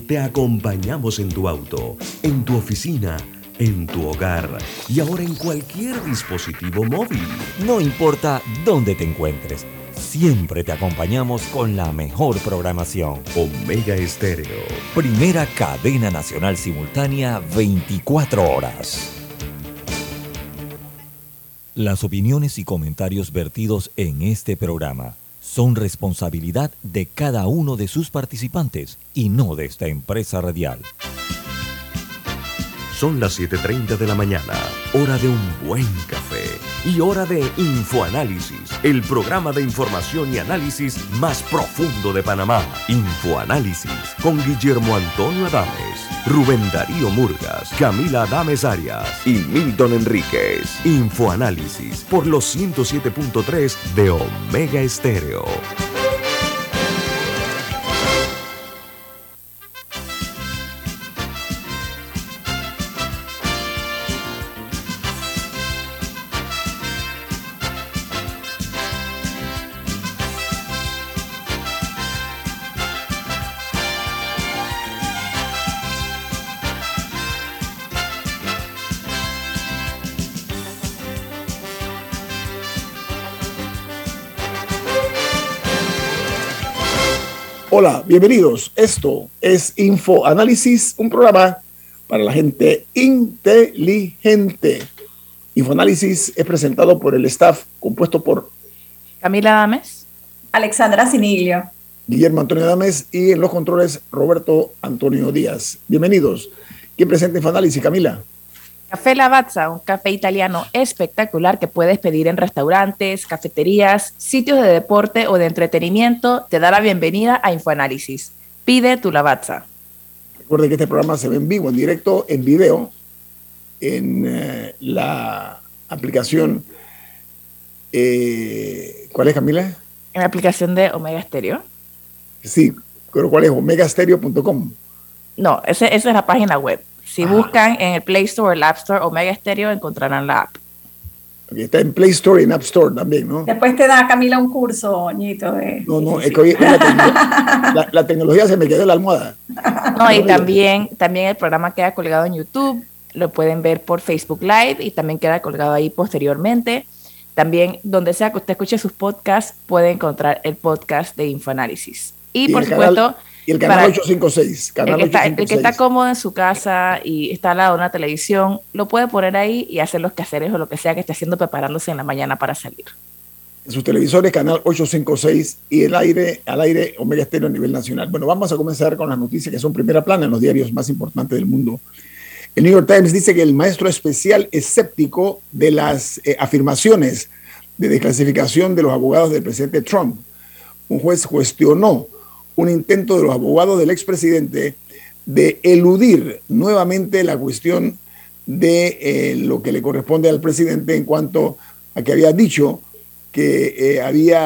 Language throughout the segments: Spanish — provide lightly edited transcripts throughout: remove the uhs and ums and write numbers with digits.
te acompañamos en tu auto, en tu oficina, en tu hogar y ahora en cualquier dispositivo móvil. No importa dónde te encuentres, siempre te acompañamos con la mejor programación. Omega Estéreo. Primera cadena nacional simultánea 24 horas. Las opiniones y comentarios vertidos en este programa son responsabilidad de cada uno de sus participantes y no de esta empresa radial. Son las 7:30 de la mañana, hora de un buen café y hora de Infoanálisis, el programa de información y análisis más profundo de Panamá. Infoanálisis con Guillermo Antonio Adames, Rubén Darío Murgas, Camila Adames Arias y Milton Enríquez. Infoanálisis por los 107.3 de Omega Estéreo. Hola, bienvenidos. Esto es Infoanálisis, un programa para la gente inteligente. Infoanálisis es presentado por el staff compuesto por Camila Adames, Alexandra Siniglio, Guillermo Antonio Adames y en los controles Roberto Antonio Díaz. Bienvenidos. ¿Quién presenta Infoanálisis, Camila? Café Lavazza, un café italiano espectacular que puedes pedir en restaurantes, cafeterías, sitios de deporte o de entretenimiento, te da la bienvenida a Infoanálisis. Pide tu Lavazza. Recuerden que este programa se ve en vivo, en directo, en video, en la aplicación. ¿Cuál es, Camila? En la aplicación de Omega Stereo. Sí, pero ¿cuál es? Omegastereo.com. No, esa es la página web. Si buscan en el Play Store o el App Store Omega Stereo, encontrarán la app. Okay, está en Play Store y en App Store también, ¿no? Después te da, Camila, un curso, Ñito. No, es que hoy la tecnología se me quedó en la almohada. No, y también el programa queda colgado en YouTube, lo pueden ver por Facebook Live y también queda colgado ahí posteriormente. También, donde sea que usted escuche sus podcasts, puede encontrar el podcast de Infoanálisis. Y por supuesto... Y el canal 856. El que está cómodo en su casa y está al lado de una televisión, lo puede poner ahí y hacer los quehaceres o lo que sea que esté haciendo preparándose en la mañana para salir. En sus televisores, canal 856 y al aire Omega Estéreo a nivel nacional. Bueno, vamos a comenzar con las noticias que son primera plana en los diarios más importantes del mundo. El New York Times dice que el maestro especial escéptico de las afirmaciones de desclasificación de los abogados del presidente Trump. Un juez cuestionó un intento de los abogados del expresidente de eludir nuevamente la cuestión de lo que le corresponde al presidente en cuanto a que había dicho que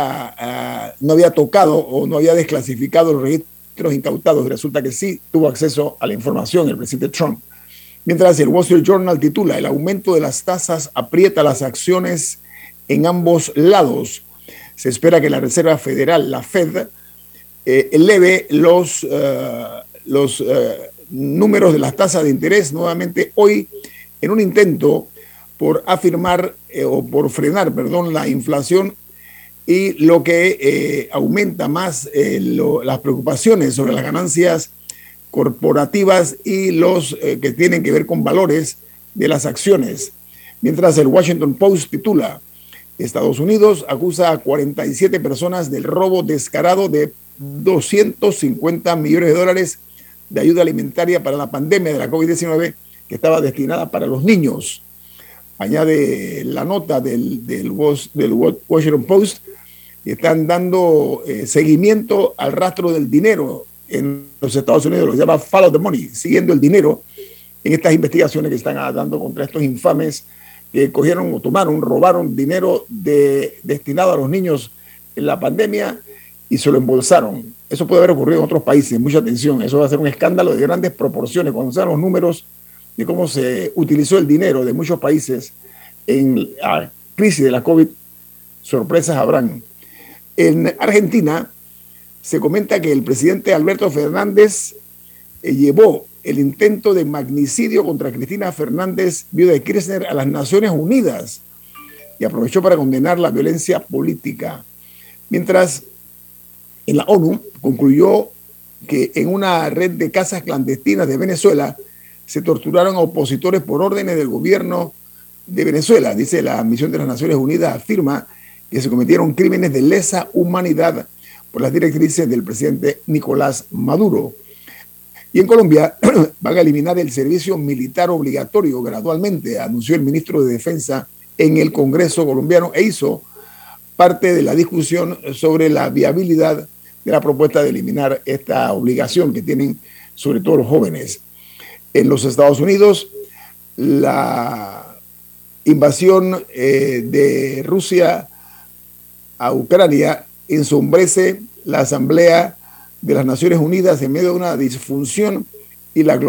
no había tocado o no había desclasificado los registros incautados. Resulta que sí tuvo acceso a la información el presidente Trump. Mientras el Wall Street Journal titula: el aumento de las tasas aprieta las acciones en ambos lados. Se espera que la Reserva Federal, la Fed, eleve los números de las tasas de interés nuevamente hoy en un intento por frenar la inflación, y lo que aumenta más las preocupaciones sobre las ganancias corporativas y los que tienen que ver con valores de las acciones. Mientras el Washington Post titula: Estados Unidos acusa a 47 personas del robo descarado de 250 millones de dólares de ayuda alimentaria para la pandemia de la COVID-19 que estaba destinada para los niños. Añade la nota del Washington Post, que están dando seguimiento al rastro del dinero en los Estados Unidos, lo que se llama follow the money, siguiendo el dinero en estas investigaciones que están dando contra estos infames que cogieron o robaron dinero destinado a los niños en la pandemia y se lo embolsaron. Eso puede haber ocurrido en otros países, mucha atención, eso va a ser un escándalo de grandes proporciones cuando sean los números de cómo se utilizó el dinero de muchos países en la crisis de la COVID. Sorpresas habrán. En Argentina se comenta que el presidente Alberto Fernández llevó el intento de magnicidio contra Cristina Fernández, viuda de Kirchner, a las Naciones Unidas y aprovechó para condenar la violencia política. Mientras en la ONU concluyó que en una red de casas clandestinas de Venezuela se torturaron a opositores por órdenes del gobierno de Venezuela. Dice la misión de las Naciones Unidas, afirma que se cometieron crímenes de lesa humanidad por las directrices del presidente Nicolás Maduro. Y en Colombia van a eliminar el servicio militar obligatorio gradualmente, anunció el ministro de Defensa en el Congreso colombiano e hizo parte de la discusión sobre la viabilidad de la propuesta de eliminar esta obligación que tienen sobre todo los jóvenes. En los Estados Unidos, la invasión de Rusia a Ucrania ensombrece la Asamblea de las Naciones Unidas en medio de una disfunción y la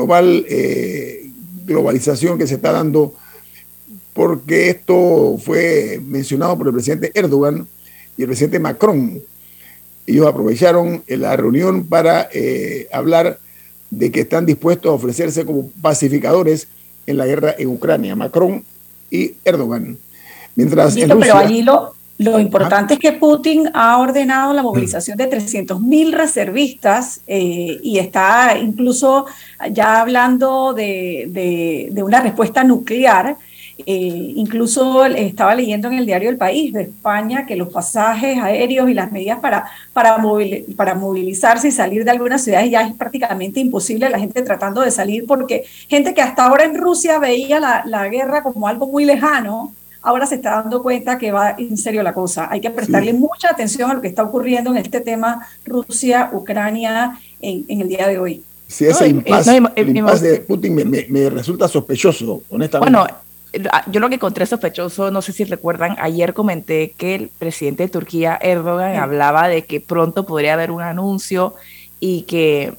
globalización que se está dando, porque esto fue mencionado por el presidente Erdogan y el presidente Macron. Ellos aprovecharon la reunión para hablar de que están dispuestos a ofrecerse como pacificadores en la guerra en Ucrania, Macron y Erdogan. Mientras en Rusia, pero allí lo importante es que Putin ha ordenado la movilización de 300.000 reservistas y está incluso ya hablando de una respuesta nuclear. Incluso estaba leyendo en el diario El País de España que los pasajes aéreos y las medidas para movilizarse y salir de algunas ciudades ya es prácticamente imposible, la gente tratando de salir, porque gente que hasta ahora en Rusia veía la guerra como algo muy lejano, ahora se está dando cuenta que va en serio la cosa. Hay que prestarle mucha atención a lo que está ocurriendo en este tema Rusia-Ucrania en el día de hoy. Sí, ese impasse de Putin me resulta sospechoso, honestamente. Bueno, yo lo que encontré sospechoso, no sé si recuerdan, ayer comenté que el presidente de Turquía, Erdogan, hablaba de que pronto podría haber un anuncio y que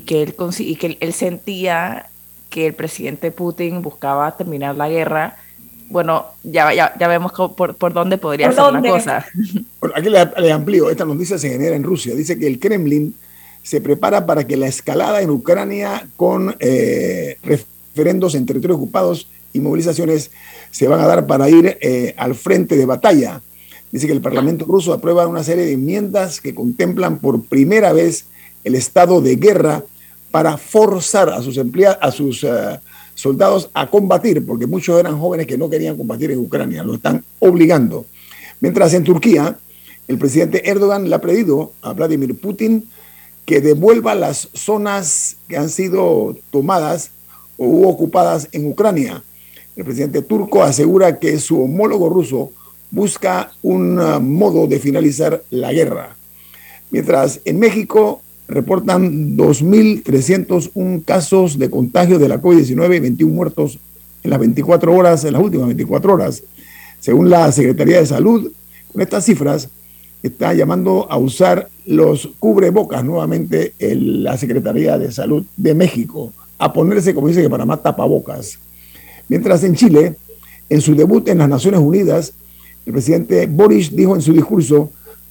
él sentía que el presidente Putin buscaba terminar la guerra. Bueno, ya vemos por dónde podría ser la cosa. Bueno, aquí les amplío. Esta noticia se genera en Rusia. Dice que el Kremlin se prepara para que la escalada en Ucrania con referendos en territorios ocupados y movilizaciones se van a dar para ir al frente de batalla. Dice que el Parlamento ruso aprueba una serie de enmiendas que contemplan por primera vez el estado de guerra para forzar a sus soldados a combatir, porque muchos eran jóvenes que no querían combatir en Ucrania, lo están obligando. Mientras en Turquía, el presidente Erdogan le ha pedido a Vladimir Putin que devuelva las zonas que han sido tomadas o ocupadas en Ucrania. El presidente turco asegura que su homólogo ruso busca un modo de finalizar la guerra. Mientras en México reportan 2.301 casos de contagio de la COVID-19 y 21 muertos en las últimas 24 horas. Según la Secretaría de Salud, con estas cifras está llamando a usar los cubrebocas nuevamente en la Secretaría de Salud de México, a ponerse, como dice que Panamá, tapabocas. Mientras en Chile, en su debut en las Naciones Unidas, el presidente Boric dijo en su discurso,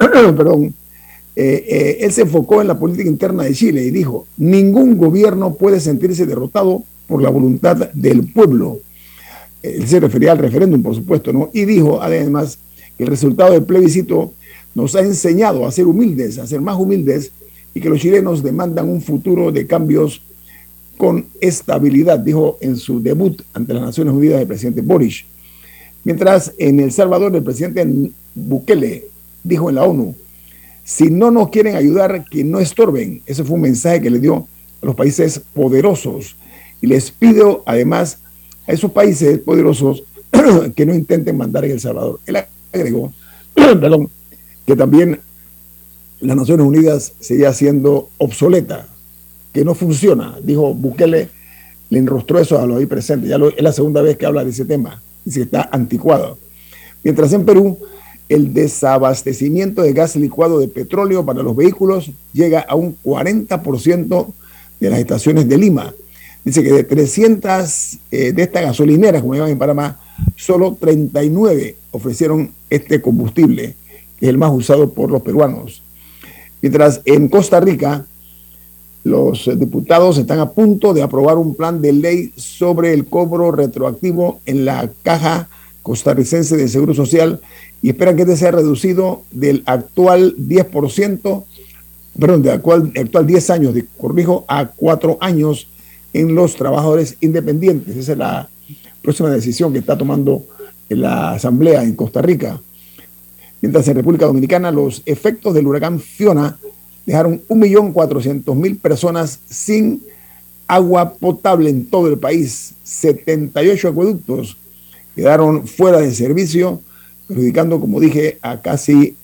él se enfocó en la política interna de Chile y dijo: ningún gobierno puede sentirse derrotado por la voluntad del pueblo. Él se refería al referéndum, por supuesto, ¿no? Y dijo además que el resultado del plebiscito nos ha enseñado a ser humildes, a ser más humildes, y que los chilenos demandan un futuro de cambios con estabilidad, dijo en su debut ante las Naciones Unidas el presidente Boric. Mientras en El Salvador el presidente Bukele dijo en la ONU: si no nos quieren ayudar, que no estorben. Ese fue un mensaje que le dio a los países poderosos. Y les pido además a esos países poderosos que no intenten mandar en El Salvador. Él agregó que también las Naciones Unidas seguía siendo obsoleta, que no funciona. Dijo Bukele, le enrostró eso a los ahí presentes. Es la segunda vez que habla de ese tema. Dice que está anticuado. Mientras en Perú, el desabastecimiento de gas licuado de petróleo para los vehículos llega a un 40% de las estaciones de Lima. Dice que de 300 de estas gasolineras, como llaman en Panamá, solo 39 ofrecieron este combustible, que es el más usado por los peruanos. Mientras en Costa Rica, Los diputados están a punto de aprobar un plan de ley sobre el cobro retroactivo en la Caja Costarricense de Seguro Social y esperan que este sea reducido del actual 10%, perdón, de actual 10 años, corrijo, a 4 años en los trabajadores independientes. Esa es la próxima decisión que está tomando la Asamblea en Costa Rica. Mientras en República Dominicana los efectos del huracán Fiona dejaron 1.400.000 personas sin agua potable en todo el país. 78 acueductos quedaron fuera de servicio, perjudicando, como dije, a casi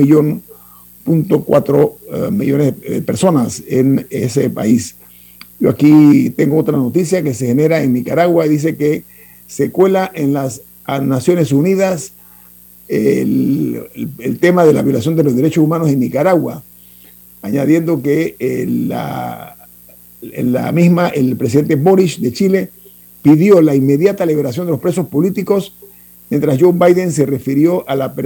1.4 millones de personas en ese país. Yo aquí tengo otra noticia que se genera en Nicaragua y dice que se cuela en las Naciones Unidas el tema de la violación de los derechos humanos en Nicaragua, añadiendo que en la misma el presidente Boric de Chile pidió la inmediata liberación de los presos políticos, mientras Joe Biden se refirió a la,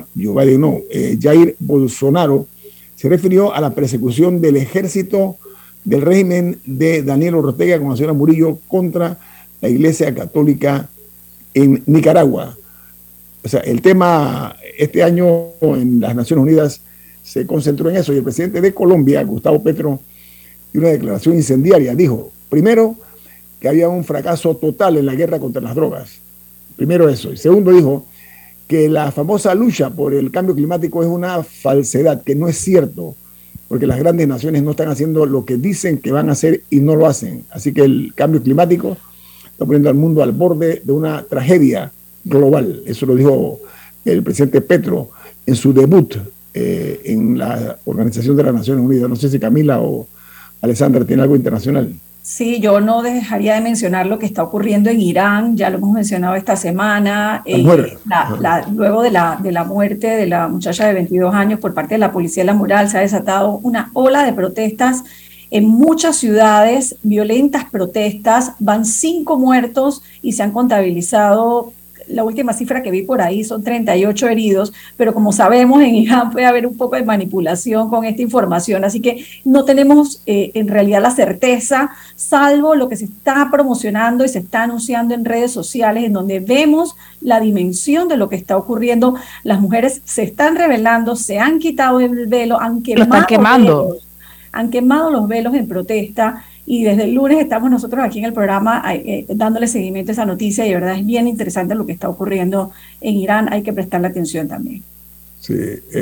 Jair Bolsonaro se refirió a la persecución del ejército del régimen de Daniel Ortega con la señora Murillo contra la Iglesia Católica en Nicaragua. O sea, el tema este año en las Naciones Unidas se concentró en eso y el presidente de Colombia, Gustavo Petro, dio una declaración incendiaria. Dijo, primero, que había un fracaso total en la guerra contra las drogas. Primero eso. Y segundo, dijo que la famosa lucha por el cambio climático es una falsedad, que no es cierto, porque las grandes naciones no están haciendo lo que dicen que van a hacer y no lo hacen. Así que el cambio climático está poniendo al mundo al borde de una tragedia global. Eso lo dijo el presidente Petro en su debut en la Organización de las Naciones Unidas. No sé si Camila o Alessandra tiene algo internacional. Sí, yo no dejaría de mencionar lo que está ocurriendo en Irán, ya lo hemos mencionado esta semana, luego de la muerte de la muchacha de 22 años por parte de la Policía de la Moral, se ha desatado una ola de protestas en muchas ciudades, violentas protestas, van 5 muertos y se han contabilizado. La última cifra que vi por ahí son 38 heridos, pero como sabemos en Irán puede haber un poco de manipulación con esta información, así que no tenemos en realidad la certeza, salvo lo que se está promocionando y se está anunciando en redes sociales, en donde vemos la dimensión de lo que está ocurriendo. Las mujeres se están rebelando, se han quitado el velo, han quemado los velos en protesta. Y desde el lunes estamos nosotros aquí en el programa dándole seguimiento a esa noticia y de verdad es bien interesante lo que está ocurriendo en Irán, hay que prestarle atención también. Sí,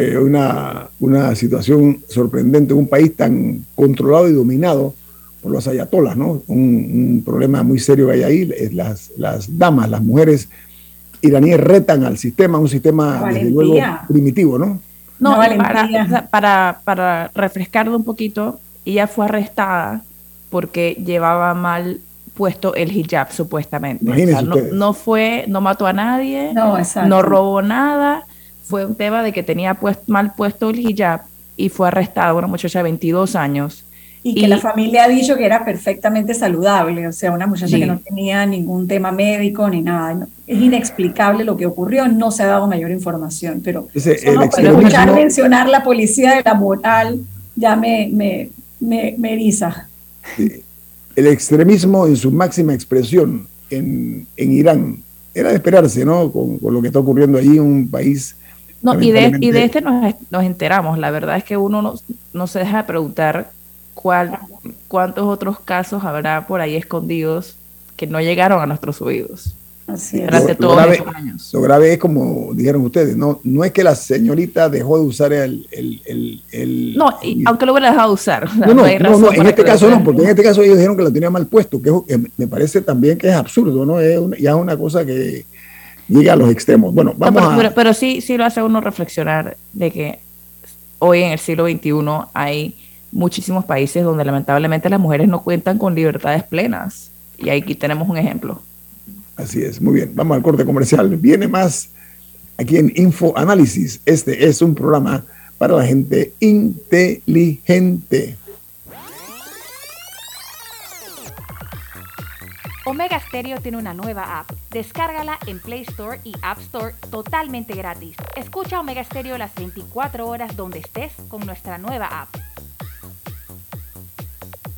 una situación sorprendente, un país tan controlado y dominado por los ayatolas, ¿no? Un problema muy serio que hay ahí, las damas, las mujeres iraníes retan al sistema, un sistema desde luego primitivo, ¿no? No, para refrescarlo un poquito, ella fue arrestada porque llevaba mal puesto el hijab, supuestamente. O sea, no mató a nadie, no robó nada, fue un tema de que tenía mal puesto el hijab y fue arrestada una muchacha de 22 años. Y que la familia ha dicho que era perfectamente saludable, o sea, una muchacha que no tenía ningún tema médico ni nada. Es inexplicable lo que ocurrió, no se ha dado mayor información, pero escuchar mencionar la Policía de la Moral ya me eriza. El extremismo en su máxima expresión en Irán era de esperarse, ¿no? Con lo que está ocurriendo allí en un país. No, y de este nos enteramos. La verdad es que uno no se deja de preguntar cuántos otros casos habrá por ahí escondidos que no llegaron a nuestros oídos. Así es. Durante todos estos años. Lo grave es, como dijeron ustedes, no es que la señorita dejó de usar aunque lo hubiera dejado de usar. No, en este caso no, porque en este caso ellos dijeron que la tenía mal puesto, que me parece también que es absurdo, ¿no? Ya es una cosa que llega a los extremos. Bueno, pero sí lo hace uno reflexionar de que hoy en el siglo XXI hay muchísimos países donde lamentablemente las mujeres no cuentan con libertades plenas. Y aquí tenemos un ejemplo. Así es, muy bien. Vamos al corte comercial. Viene más aquí en Info Análisis. Este es un programa para la gente inteligente. Omega Stereo tiene una nueva app. Descárgala en Play Store y App Store totalmente gratis. Escucha Omega Stereo las 24 horas donde estés con nuestra nueva app.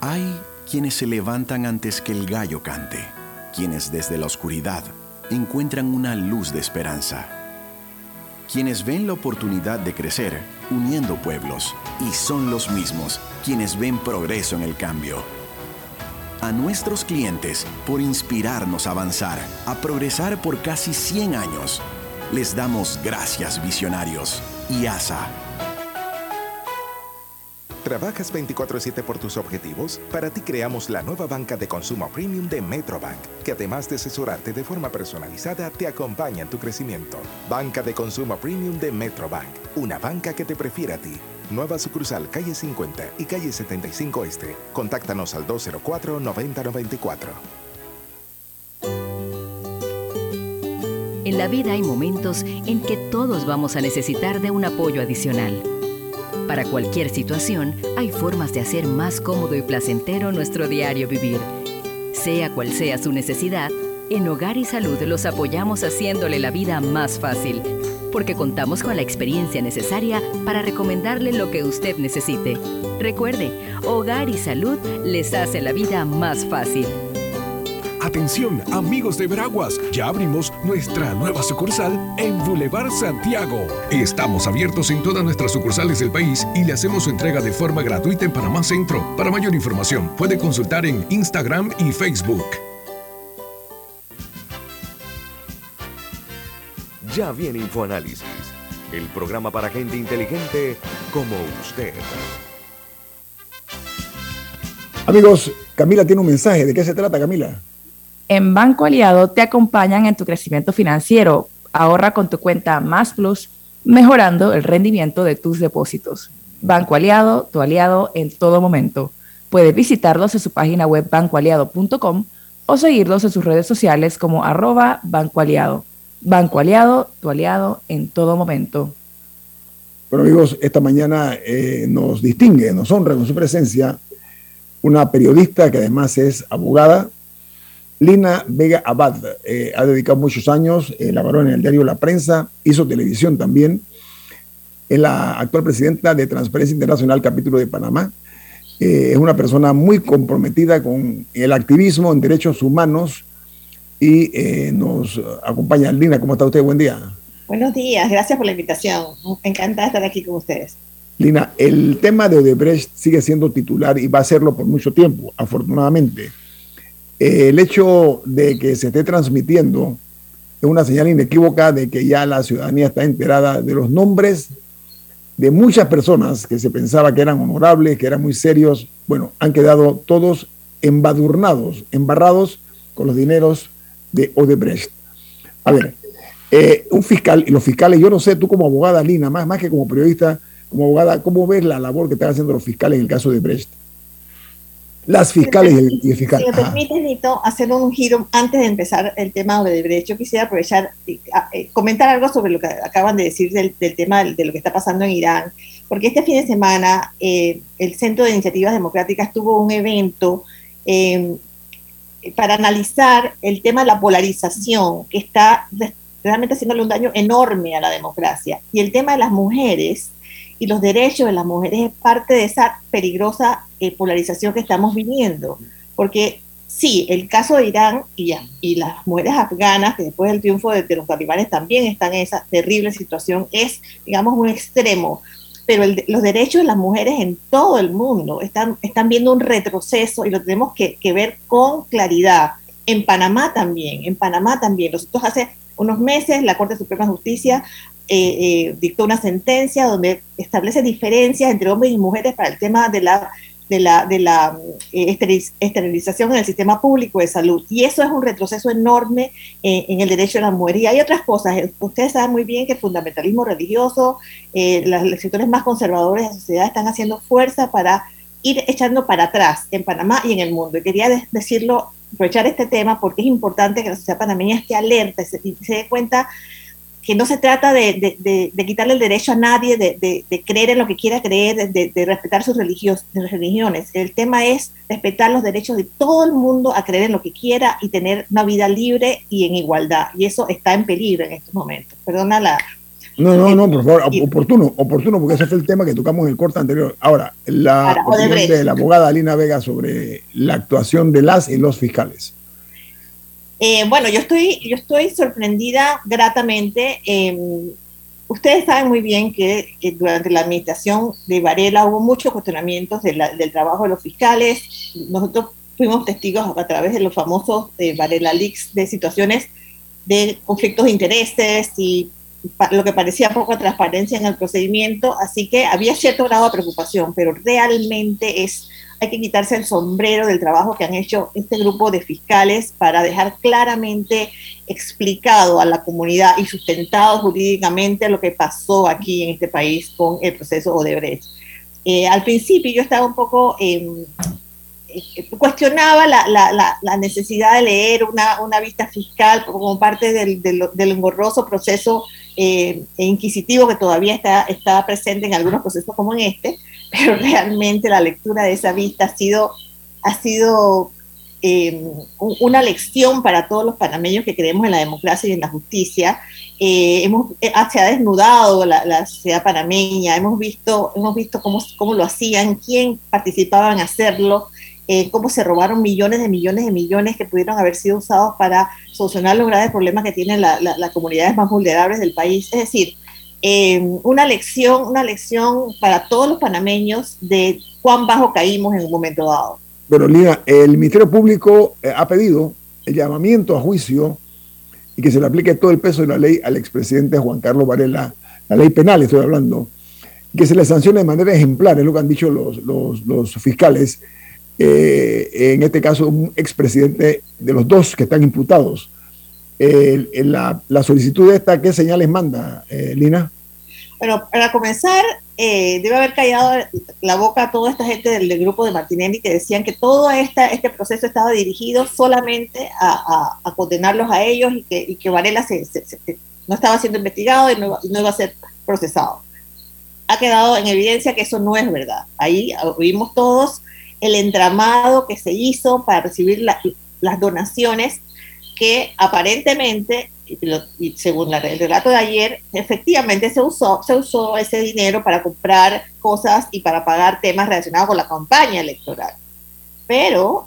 Hay quienes se levantan antes que el gallo cante, quienes desde la oscuridad encuentran una luz de esperanza, quienes ven la oportunidad de crecer uniendo pueblos, y son los mismos quienes ven progreso en el cambio. A nuestros clientes por inspirarnos a avanzar, a progresar por casi 100 años. Les damos gracias, visionarios. IASA. ¿Trabajas 24/7 por tus objetivos? Para ti creamos la nueva banca de consumo premium de Metrobank, que además de asesorarte de forma personalizada, te acompaña en tu crecimiento. Banca de consumo premium de Metrobank, una banca que te prefiere a ti. Nueva sucursal calle 50 y calle 75 Este. Contáctanos al 204-9094. En la vida hay momentos en que todos vamos a necesitar de un apoyo adicional. Para cualquier situación, hay formas de hacer más cómodo y placentero nuestro diario vivir. Sea cual sea su necesidad, en Hogar y Salud los apoyamos haciéndole la vida más fácil, porque contamos con la experiencia necesaria para recomendarle lo que usted necesite. Recuerde, Hogar y Salud les hace la vida más fácil. Atención, amigos de Veraguas, ya abrimos nuestra nueva sucursal en Boulevard Santiago. Estamos abiertos en todas nuestras sucursales del país y le hacemos su entrega de forma gratuita en Panamá Centro. Para mayor información, puede consultar en Instagram y Facebook. Ya viene InfoAnálisis, el programa para gente inteligente como usted. Amigos, Camila tiene un mensaje. ¿De qué se trata, Camila? En Banco Aliado te acompañan en tu crecimiento financiero. Ahorra con tu cuenta Más Plus, mejorando el rendimiento de tus depósitos. Banco Aliado, tu aliado en todo momento. Puedes visitarlos en su página web bancoaliado.com o seguirlos en sus redes sociales como @bancoaliado. Banco Aliado, tu aliado en todo momento. Bueno, amigos, esta mañana nos distingue, nos honra con su presencia una periodista que además es abogada, Lina Vega Abad. Ha dedicado muchos años, laboró en el diario La Prensa, hizo televisión también. Es la actual presidenta de Transparencia Internacional, capítulo de Panamá. Es una persona muy comprometida con el activismo en derechos humanos y nos acompaña. Lina, ¿cómo está usted? Buen día. Buenos días, gracias por la invitación. Encantada de estar aquí con ustedes. Lina, el tema de Odebrecht sigue siendo titular y va a serlo por mucho tiempo, afortunadamente. El hecho de que se esté transmitiendo es una señal inequívoca de que ya la ciudadanía está enterada de los nombres de muchas personas que se pensaba que eran honorables, que eran muy serios. Bueno, han quedado todos embadurnados, embarrados con los dineros de Odebrecht. A ver, un fiscal, y los fiscales, yo no sé, tú como abogada, Lina, más que como periodista, como abogada, ¿cómo ves la labor que están haciendo los fiscales en el caso de Odebrecht? Las fiscales y el fiscal. Si me permites, Nito, hacer un giro antes de empezar el tema de Odebrecht. Yo quisiera aprovechar y comentar algo sobre lo que acaban de decir del tema de lo que está pasando en Irán, porque este fin de semana el Centro de Iniciativas Democráticas tuvo un evento para analizar el tema de la polarización que está realmente haciéndole un daño enorme a la democracia. Y el tema de las mujeres y los derechos de las mujeres es parte de esa peligrosa polarización que estamos viviendo. Porque sí, el caso de Irán y las mujeres afganas, que después del triunfo de los talibanes también están en esa terrible situación, es, digamos, un extremo. Pero los derechos de las mujeres en todo el mundo están viendo un retroceso y lo tenemos que ver con claridad. En Panamá también. Nosotros hace unos meses la Corte Suprema de Justicia dictó una sentencia donde establece diferencias entre hombres y mujeres para el tema de la esterilización en el sistema público de salud. Y eso es un retroceso enorme en el derecho de las mujeres. Y hay otras cosas. Ustedes saben muy bien que el fundamentalismo religioso, los sectores más conservadores de la sociedad están haciendo fuerza para ir echando para atrás en Panamá y en el mundo. Y quería decirlo, aprovechar este tema porque es importante que la sociedad panameña esté alerta y se dé cuenta que no se trata de quitarle el derecho a nadie de creer en lo que quiera creer, de respetar sus religiones. El tema es respetar los derechos de todo el mundo a creer en lo que quiera y tener una vida libre y en igualdad. Y eso está en peligro en estos momentos. Perdona No, por favor, oportuno, porque ese fue el tema que tocamos en el corte anterior. Ahora, la opinión de la abogada Alina Vega sobre la actuación de las y los fiscales. Bueno, yo estoy sorprendida gratamente. Ustedes saben muy bien que durante la administración de Varela hubo muchos cuestionamientos del trabajo de los fiscales. Nosotros fuimos testigos a través de los famosos Varela Leaks de situaciones de conflictos de intereses y lo que parecía poca transparencia en el procedimiento, así que había cierto grado de preocupación, pero realmente hay que quitarse el sombrero del trabajo que han hecho este grupo de fiscales para dejar claramente explicado a la comunidad y sustentado jurídicamente lo que pasó aquí en este país con el proceso Odebrecht. Al principio yo estaba un poco... cuestionaba la necesidad de leer una vista fiscal como parte del engorroso proceso inquisitivo que todavía está presente en algunos procesos como en este, pero realmente la lectura de esa vista ha sido una lección para todos los panameños que creemos en la democracia y en la justicia. Se ha desnudado la sociedad panameña, hemos visto cómo lo hacían, quién participaba en hacerlo, cómo se robaron millones de millones que pudieron haber sido usados para solucionar los graves problemas que tienen las comunidades más vulnerables del país. Es decir, una lección para todos los panameños de cuán bajo caímos en un momento dado. Pero Lina, el Ministerio Público ha pedido el llamamiento a juicio y que se le aplique todo el peso de la ley al expresidente Juan Carlos Varela, la ley penal estoy hablando, que se le sancione de manera ejemplar, es lo que han dicho los fiscales. En este caso un expresidente de los dos que están imputados. La solicitud esta, ¿qué señales manda, Lina? Bueno, para comenzar, debe haber callado la boca a toda esta gente del grupo de Martinelli que decían que todo este proceso estaba dirigido solamente a condenarlos a ellos y que Varela no estaba siendo investigado y no iba a ser procesado. Ha quedado en evidencia que eso no es verdad. Ahí oímos todos el entramado que se hizo para recibir las donaciones que aparentemente, y según el relato de ayer, efectivamente se usó ese dinero para comprar cosas y para pagar temas relacionados con la campaña electoral. Pero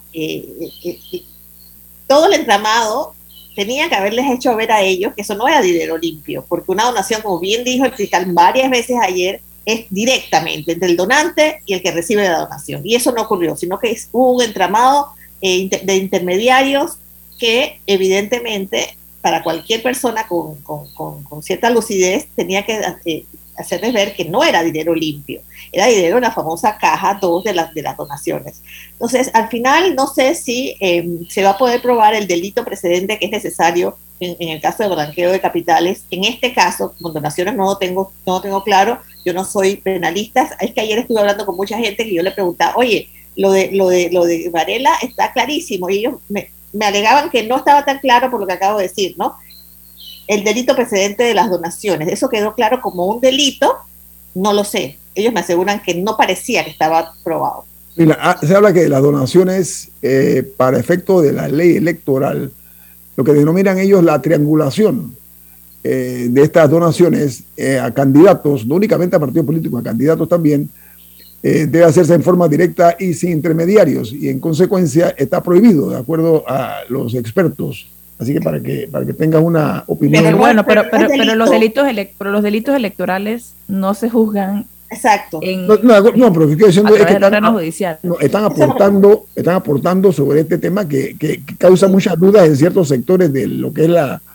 todo el entramado tenía que haberles hecho ver a ellos que eso no era dinero limpio, porque una donación, como bien dijo el fiscal varias veces ayer, es directamente entre el donante y el que recibe la donación. Y eso no ocurrió, sino que hubo un entramado de intermediarios que evidentemente para cualquier persona con cierta lucidez tenía que hacerles ver que no era dinero limpio, era dinero de la famosa caja 2 de las donaciones. Entonces, al final no sé si se va a poder probar el delito precedente que es necesario en el caso de blanqueo de capitales. En este caso, con donaciones no lo tengo claro, yo no soy penalista. Es que ayer estuve hablando con mucha gente que yo le preguntaba, oye, lo de Varela está clarísimo, y ellos me alegaban que no estaba tan claro por lo que acabo de decir, ¿no? El delito precedente de las donaciones, ¿eso quedó claro como un delito? No lo sé. Ellos me aseguran que no parecía que estaba probado. Mira, se habla que las donaciones, para efecto de la ley electoral, lo que denominan ellos la triangulación de estas donaciones a candidatos, no únicamente a partidos políticos, a candidatos también, debe hacerse en forma directa y sin intermediarios, y en consecuencia está prohibido, de acuerdo a los expertos. Así que para que tengas una opinión. Pero bueno, pero los delitos electorales no se juzgan. Exacto. No, pero lo que estoy diciendo es que están aportando sobre este tema que causa muchas dudas en ciertos sectores de lo que es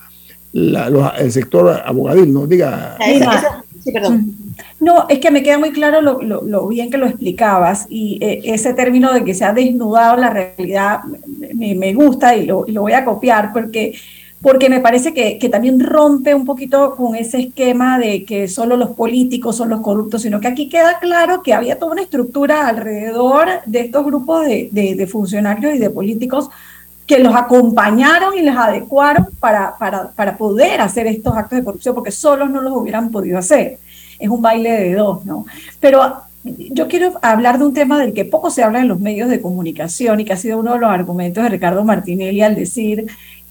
el sector abogadil, ¿no? Diga. Sí, perdón. No, es que me queda muy claro lo bien que lo explicabas, y ese término de que se ha desnudado la realidad me gusta y lo voy a copiar porque me parece que también rompe un poquito con ese esquema de que solo los políticos son los corruptos, sino que aquí queda claro que había toda una estructura alrededor de estos grupos de funcionarios y de políticos que los acompañaron y les adecuaron para poder hacer estos actos de corrupción, porque solos no los hubieran podido hacer. Es un baile de dos, ¿no? Pero yo quiero hablar de un tema del que poco se habla en los medios de comunicación y que ha sido uno de los argumentos de Ricardo Martinelli al decir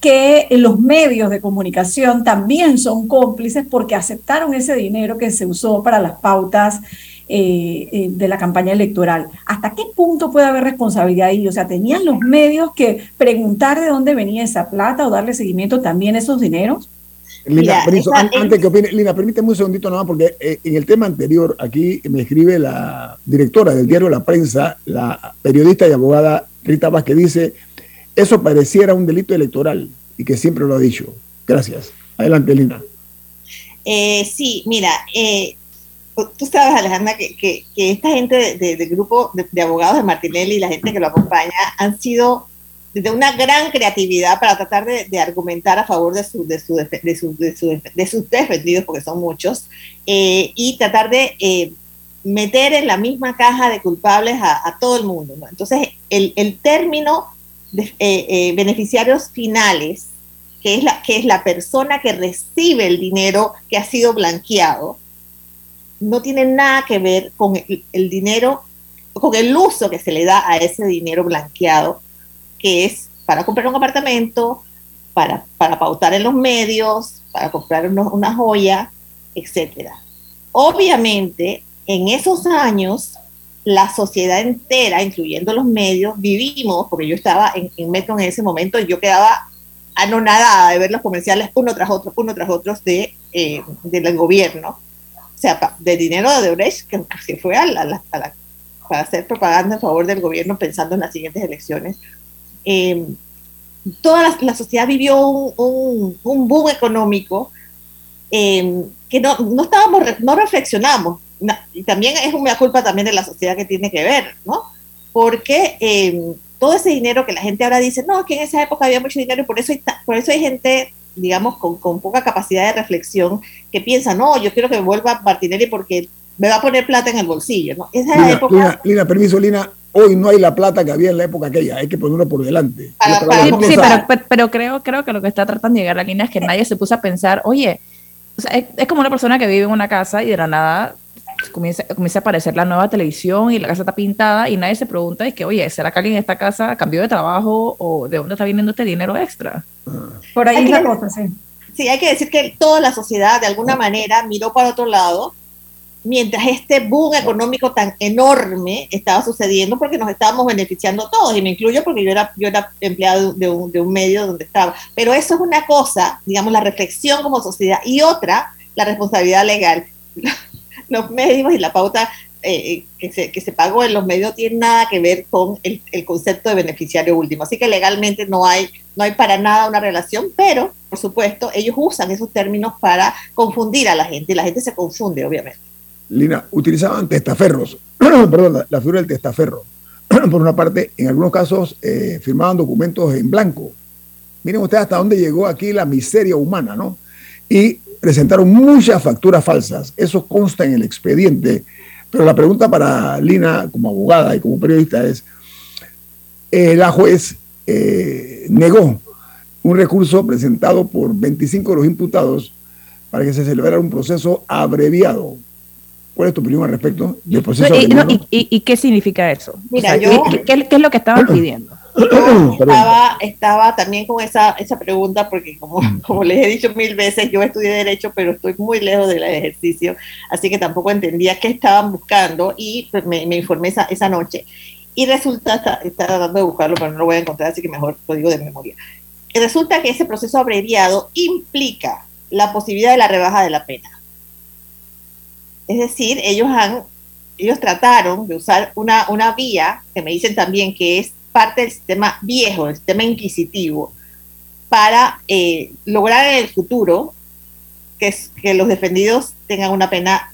que los medios de comunicación también son cómplices porque aceptaron ese dinero que se usó para las pautas de la campaña electoral. ¿Hasta qué punto puede haber responsabilidad ahí? O sea, ¿tenían los medios que preguntar de dónde venía esa plata o darle seguimiento también a esos dineros? Lina, antes que opine, Lina, permíteme un segundito nada más, porque en el tema anterior, aquí me escribe la directora del diario La Prensa, la periodista y abogada Rita Vázquez, dice, eso pareciera un delito electoral, y que siempre lo ha dicho. Gracias. Adelante, Lina. Sí, mira, tú sabes, Alejandra, que esta gente del grupo de abogados de Martinelli y la gente que lo acompaña han sido de una gran creatividad para tratar de argumentar a favor de sus defendidos, porque son muchos, y tratar de meter en la misma caja de culpables a todo el mundo, ¿no? Entonces, el término de beneficiarios finales, que es la persona que recibe el dinero que ha sido blanqueado, no tiene nada que ver con el dinero, con el uso que se le da a ese dinero blanqueado, que es para comprar un apartamento, para pautar en los medios, para comprar una joya, etc. Obviamente, en esos años, la sociedad entera, incluyendo los medios, vivimos, porque yo estaba en Metro en ese momento, y yo quedaba anonadada de ver los comerciales uno tras otro del gobierno. O sea, de dinero de Odebrecht, que se fue para hacer propaganda en favor del gobierno pensando en las siguientes elecciones. Toda la sociedad vivió un boom económico que no reflexionamos. Y también es una culpa también de la sociedad que tiene que ver, ¿no? Porque todo ese dinero que la gente ahora dice, no, que en esa época había mucho dinero y por eso hay gente, digamos, con poca capacidad de reflexión que piensa, no, yo quiero que vuelva Martinelli porque me va a poner plata en el bolsillo, ¿no? Lina, permiso, Lina, hoy no hay la plata que había en la época aquella, hay que ponerlo por delante. Sí, pero creo que lo que está tratando de llegar a la línea es que nadie se puso a pensar, oye, o sea, es como una persona que vive en una casa y de la nada comienza a aparecer la nueva televisión y la casa está pintada y nadie se pregunta, es que, oye, ¿será que alguien en esta casa cambió de trabajo o de dónde está viniendo este dinero extra? Por ahí es la cosa, sí. Sí, hay que decir que toda la sociedad de alguna manera miró para otro lado mientras este boom económico tan enorme estaba sucediendo, porque nos estábamos beneficiando todos, y me incluyo porque yo era empleado de un medio donde estaba. Pero eso es una cosa, digamos, la reflexión como sociedad, y otra, la responsabilidad legal. Los medios y la pauta que se pagó en los medios tiene nada que ver con el concepto de beneficiario último. Así que legalmente no hay para nada una relación, pero, por supuesto, ellos usan esos términos para confundir a la gente, y la gente se confunde, obviamente. Lina, utilizaban testaferros, perdón, la figura del testaferro. Por una parte, en algunos casos firmaban documentos en blanco. Miren ustedes hasta dónde llegó aquí la miseria humana, ¿no? Y presentaron muchas facturas falsas. Eso consta en el expediente. Pero la pregunta para Lina, como abogada y como periodista, es, la juez negó un recurso presentado por 25 de los imputados para que se celebrara un proceso abreviado. ¿Cuál es tu opinión al respecto del proceso abreviado? ¿Y qué significa eso? Mira, o sea, ¿qué es lo que estaban pidiendo? Estaba también con esa pregunta, porque como les he dicho 1000 veces, yo estudié Derecho, pero estoy muy lejos del ejercicio, así que tampoco entendía qué estaban buscando, y me informé esa noche. Y resulta, está tratando de buscarlo, pero no lo voy a encontrar, así que mejor lo digo de memoria. Y resulta que ese proceso abreviado implica la posibilidad de la rebaja de la pena. Es decir, ellos trataron de usar una vía, que me dicen también que es parte del sistema viejo, del sistema inquisitivo, para lograr en el futuro que los defendidos tengan una pena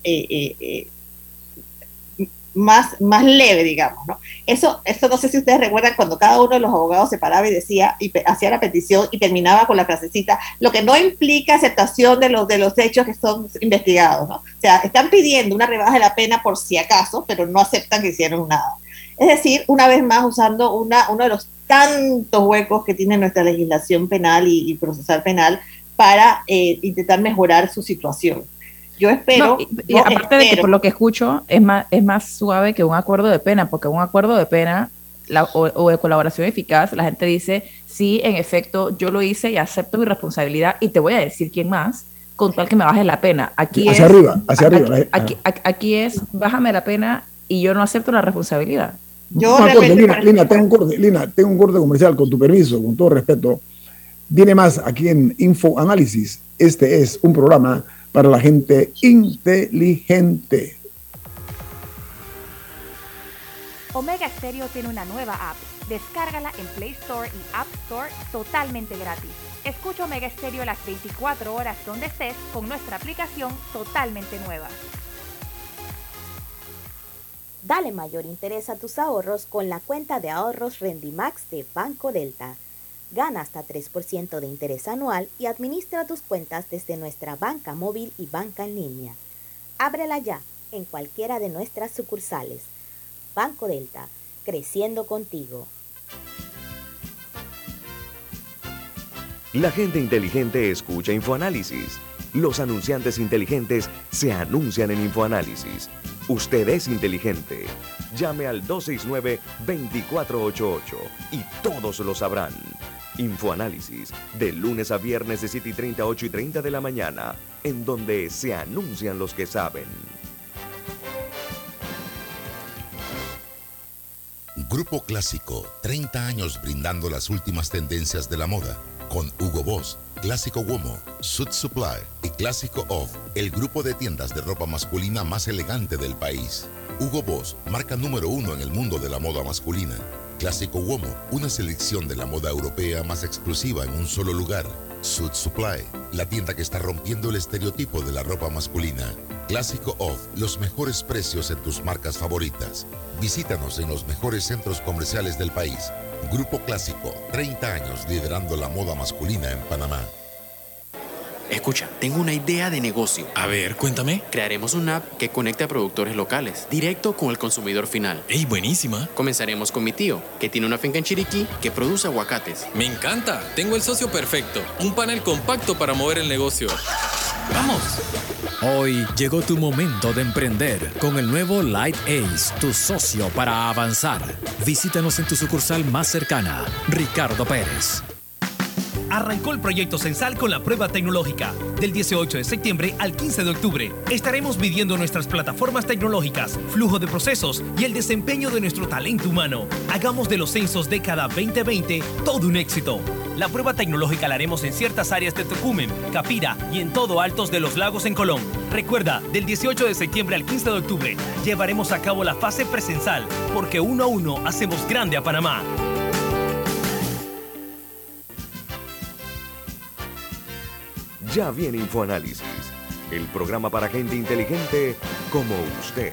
más leve, digamos, ¿no? Eso no sé si ustedes recuerdan cuando cada uno de los abogados se paraba y decía, y hacía la petición y terminaba con la frasecita, lo que no implica aceptación de los hechos que son investigados, ¿no? O sea, están pidiendo una rebaja de la pena por si acaso, pero no aceptan que hicieron nada. Es decir, una vez más usando uno de los tantos huecos que tiene nuestra legislación penal y procesal penal para intentar mejorar su situación. Yo espero... aparte de que por lo que escucho es más suave que un acuerdo de pena, porque un acuerdo de pena o de colaboración eficaz, la gente dice, sí, en efecto, yo lo hice y acepto mi responsabilidad y te voy a decir quién más, con tal que me baje la pena. Aquí hacia es, arriba. Aquí es, bájame la pena y yo no acepto la responsabilidad. Lina, tengo un corte comercial, con tu permiso, con todo respeto. Viene más aquí en InfoAnálisis. Este es un programa para la gente inteligente. Omega Stereo tiene una nueva app. Descárgala en Play Store y App Store totalmente gratis. Escucha Omega Stereo las 24 horas donde estés con nuestra aplicación totalmente nueva. Dale mayor interés a tus ahorros con la cuenta de ahorros Rendimax de Banco Delta. Gana hasta 3% de interés anual y administra tus cuentas desde nuestra banca móvil y banca en línea. Ábrela ya en cualquiera de nuestras sucursales. Banco Delta, creciendo contigo. La gente inteligente escucha InfoAnálisis. Los anunciantes inteligentes se anuncian en InfoAnálisis. Usted es inteligente. Llame al 269-2488 y todos lo sabrán. InfoAnálisis, de lunes a viernes de 7:30 a 8:30 de la mañana, en donde se anuncian los que saben. Grupo Clásico, 30 años brindando las últimas tendencias de la moda. Con Hugo Boss, Clásico Womo, Suit Supply y Clásico Off, el grupo de tiendas de ropa masculina más elegante del país. Hugo Boss, marca número 1 en el mundo de la moda masculina. Clásico Womo, una selección de la moda europea más exclusiva en un solo lugar. Suit Supply, la tienda que está rompiendo el estereotipo de la ropa masculina. Clásico Off, los mejores precios en tus marcas favoritas. Visítanos en los mejores centros comerciales del país. Grupo Clásico, 30 años liderando la moda masculina en Panamá. Escucha, tengo una idea de negocio. A ver, cuéntame. Crearemos una app que conecte a productores locales, directo con el consumidor final. ¡Ey, buenísima! Comenzaremos con mi tío, que tiene una finca en Chiriquí que produce aguacates. Me encanta, tengo el socio perfecto. Un panel compacto para mover el negocio. ¡Vamos! Hoy llegó tu momento de emprender con el nuevo Light Ace, tu socio para avanzar. Visítanos en tu sucursal más cercana. Ricardo Pérez. Arrancó el proyecto Censal con la prueba tecnológica. Del 18 de septiembre al 15 de octubre estaremos midiendo nuestras plataformas tecnológicas, flujo de procesos y el desempeño de nuestro talento humano. Hagamos de los censos década 2020 todo un éxito. La prueba tecnológica la haremos en ciertas áreas de Tocumen, Capira y en todo Altos de los Lagos en Colón. Recuerda, del 18 de septiembre al 15 de octubre llevaremos a cabo la fase presensal, porque uno a uno hacemos grande a Panamá. Ya viene InfoAnálisis, el programa para gente inteligente como usted.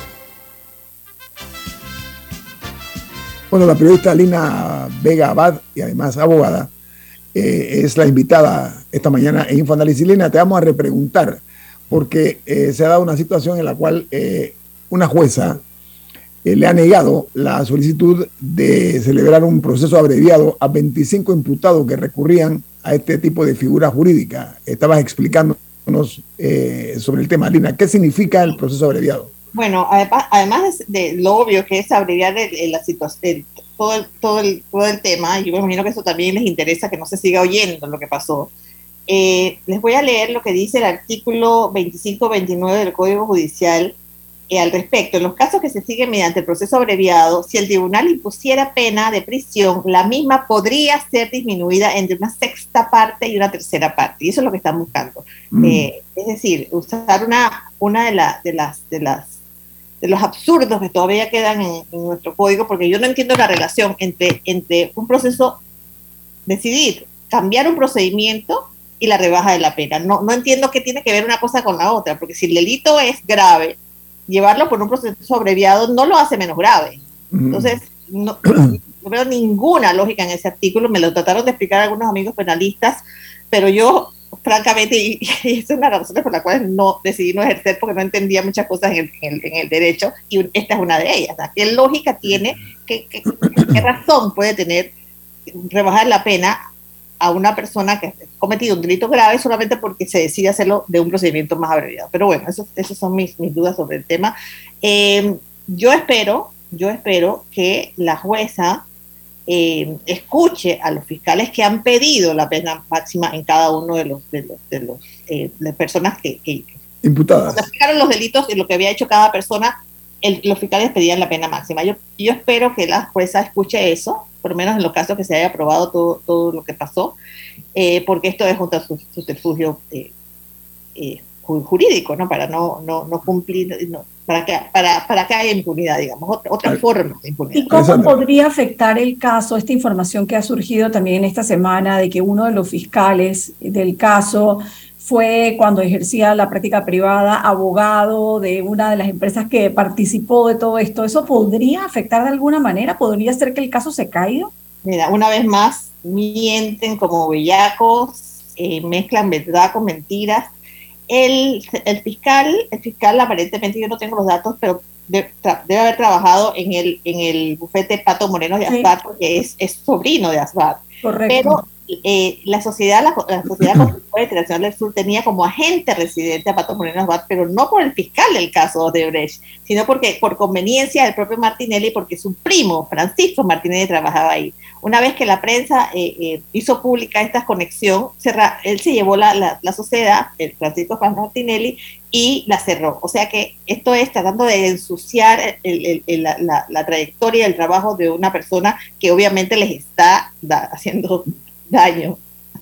Bueno, la periodista Lina Vega Abad, y además abogada, es la invitada esta mañana en InfoAnálisis. Lina, te vamos a repreguntar, porque se ha dado una situación en la cual una jueza le ha negado la solicitud de celebrar un proceso abreviado a 25 imputados que recurrían a este tipo de figura jurídica. Estabas explicándonos sobre el tema, Lina. ¿Qué significa el proceso abreviado? Bueno, además de lo obvio que es abreviar la situación, todo el tema, yo me imagino que eso también les interesa, que no se siga oyendo lo que pasó. Les voy a leer lo que dice el artículo 25-29 del Código Judicial al respecto. En los casos que se siguen mediante el proceso abreviado, si el tribunal impusiera pena de prisión, la misma podría ser disminuida entre una sexta parte y una tercera parte. Y eso es lo que están buscando. Es decir, usar una de los absurdos que todavía quedan en nuestro código, porque yo no entiendo la relación entre un proceso, decidir cambiar un procedimiento y la rebaja de la pena. No entiendo qué tiene que ver una cosa con la otra, porque si el delito es grave, llevarlo por un proceso abreviado no lo hace menos grave. Entonces, no veo ninguna lógica en ese artículo. Me lo trataron de explicar algunos amigos penalistas, pero yo, francamente, y esa es una de las razones por las cuales decidí no ejercer, porque no entendía muchas cosas en el derecho, y esta es una de ellas. ¿Qué lógica tiene, qué razón puede tener rebajar la pena a una persona que ha cometido un delito grave solamente porque se decide hacerlo de un procedimiento más abreviado? Pero bueno, esas son mis dudas sobre el tema. Yo espero yo espero que la jueza escuche a los fiscales que han pedido la pena máxima en cada uno de las personas que imputadas. Cuando explicaron los delitos y lo que había hecho cada persona, los fiscales pedían la pena máxima. Yo espero que la jueza escuche eso, por lo menos en los casos que se haya aprobado todo lo que pasó, porque esto es un subterfugio jurídico, ¿no? Para no cumplir, para que haya impunidad, digamos, otra forma de impunidad. ¿Y cómo podría afectar el caso, esta información que ha surgido también esta semana de que uno de los fiscales del caso fue, cuando ejercía la práctica privada, abogado de una de las empresas que participó de todo esto? ¿Eso podría afectar de alguna manera? ¿Podría ser que el caso se caiga? Mira, una vez más, mienten como bellacos, mezclan verdad con mentiras. El fiscal aparentemente, yo no tengo los datos, pero debe haber trabajado en el bufete Pato Moreno de Asbat, porque es sobrino de Asbat. Correcto. Pero la Sociedad Constructora Internacional del Sur tenía como agente residente a Pato Moreno Asbat, pero no por el fiscal del caso de Odebrecht, sino porque por conveniencia del propio Martinelli, porque su primo, Francisco Martinelli, trabajaba ahí. Una vez que la prensa hizo pública esta conexión, él se llevó la sociedad, el Francisco Martinelli, y la cerró. O sea que esto es tratando de ensuciar la trayectoria y el trabajo de una persona que obviamente les está haciendo daño.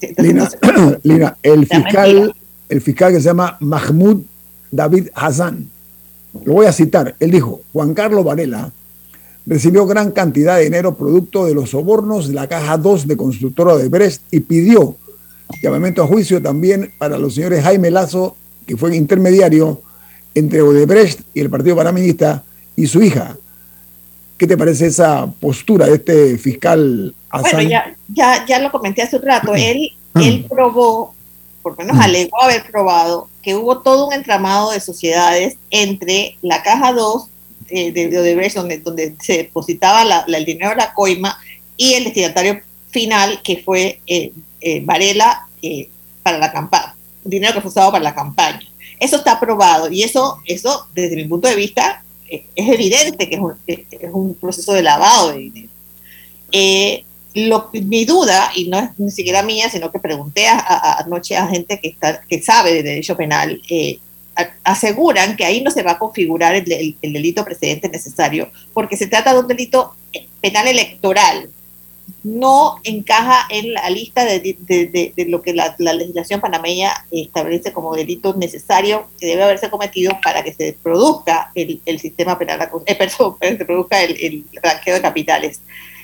Lina, el fiscal que se llama Mahmoud David Hassan, lo voy a citar, él dijo: Juan Carlos Varela recibió gran cantidad de dinero producto de los sobornos de la Caja 2 de Constructora Odebrecht y pidió llamamiento a juicio también para los señores Jaime Lazo, que fue intermediario entre Odebrecht y el Partido Panameñista, y su hija. ¿Qué te parece esa postura de este fiscal Hassan? Bueno, ya lo comenté hace un rato. Él probó, por lo menos alegó haber probado, que hubo todo un entramado de sociedades entre la Caja 2 de Odebrecht, donde se depositaba el dinero de la coima, y el destinatario final, que fue Varela, para la campaña, dinero que fue usado para la campaña. Eso está aprobado, y eso desde mi punto de vista, es evidente que es un proceso de lavado de dinero. Mi duda, y no es ni siquiera mía, sino que pregunté anoche a gente que sabe de derecho penal, aseguran que ahí no se va a configurar el delito precedente necesario, porque se trata de un delito penal electoral. No encaja en la lista de lo que la legislación panameña establece como delito necesario que debe haberse cometido para que se produzca el sistema penal, para que se produzca el blanqueo de capitales.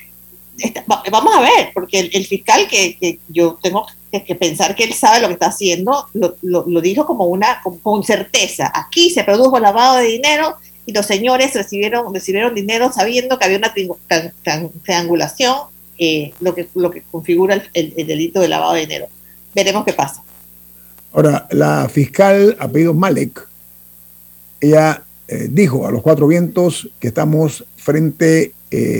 Vamos a ver, porque el fiscal que yo tengo que pensar que él sabe lo que está haciendo, lo dijo con certeza. Aquí se produjo lavado de dinero y los señores recibieron dinero sabiendo que había una triangulación, lo que configura el delito de lavado de dinero. Veremos qué pasa. Ahora, la fiscal apellido Malek, ella dijo a los Cuatro Vientos que estamos frente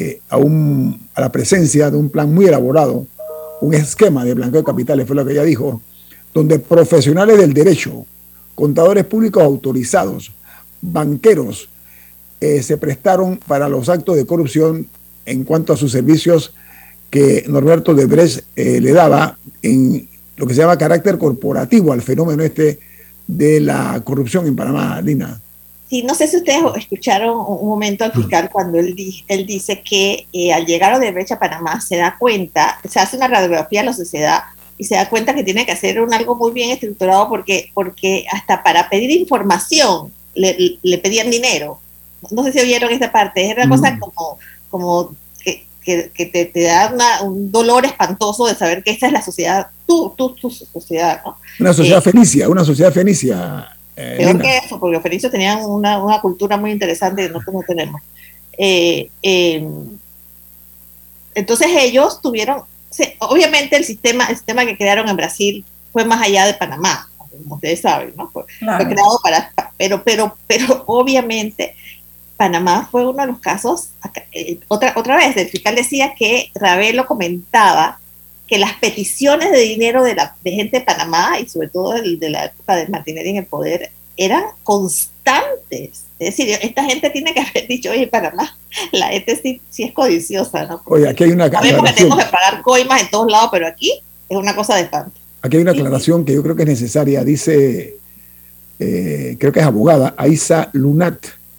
a la presencia de un plan muy elaborado, un esquema de blanqueo de capitales, fue lo que ella dijo, donde profesionales del derecho, contadores públicos autorizados, banqueros, se prestaron para los actos de corrupción en cuanto a sus servicios que Norberto Odebrecht le daba en lo que se llama carácter corporativo al fenómeno de la corrupción en Panamá, Lina. Sí, no sé si ustedes escucharon un momento al fiscal cuando él dice que al llegar a Odebrecht a Panamá se da cuenta, se hace una radiografía de la sociedad y se da cuenta que tiene que hacer algo muy bien estructurado porque hasta para pedir información le pedían dinero. No sé si oyeron esta parte, es una cosa como que te da un dolor espantoso de saber que esta es la sociedad, tu sociedad, ¿no? Una sociedad fenicia. Peor que eso, porque los fenicios tenían una cultura muy interesante que nosotros no tenemos. Entonces ellos tuvieron, obviamente el sistema que crearon en Brasil fue más allá de Panamá, como ustedes saben, ¿no? Fue creado pero obviamente Panamá fue uno de los casos. Otra vez, el fiscal decía que Ravelo comentaba que las peticiones de dinero de gente de Panamá, y sobre todo de la época de Martinelli en el poder, eran constantes antes. Es decir, esta gente tiene que haber dicho, oye, Panamá, la gente sí es codiciosa, ¿no? Oye, aquí hay una aclaración. Sabemos que tenemos que pagar coimas en todos lados, pero aquí es una cosa de espanto. Aquí hay una aclaración que yo creo que es necesaria. Dice, creo que es abogada, Aisa Lunat.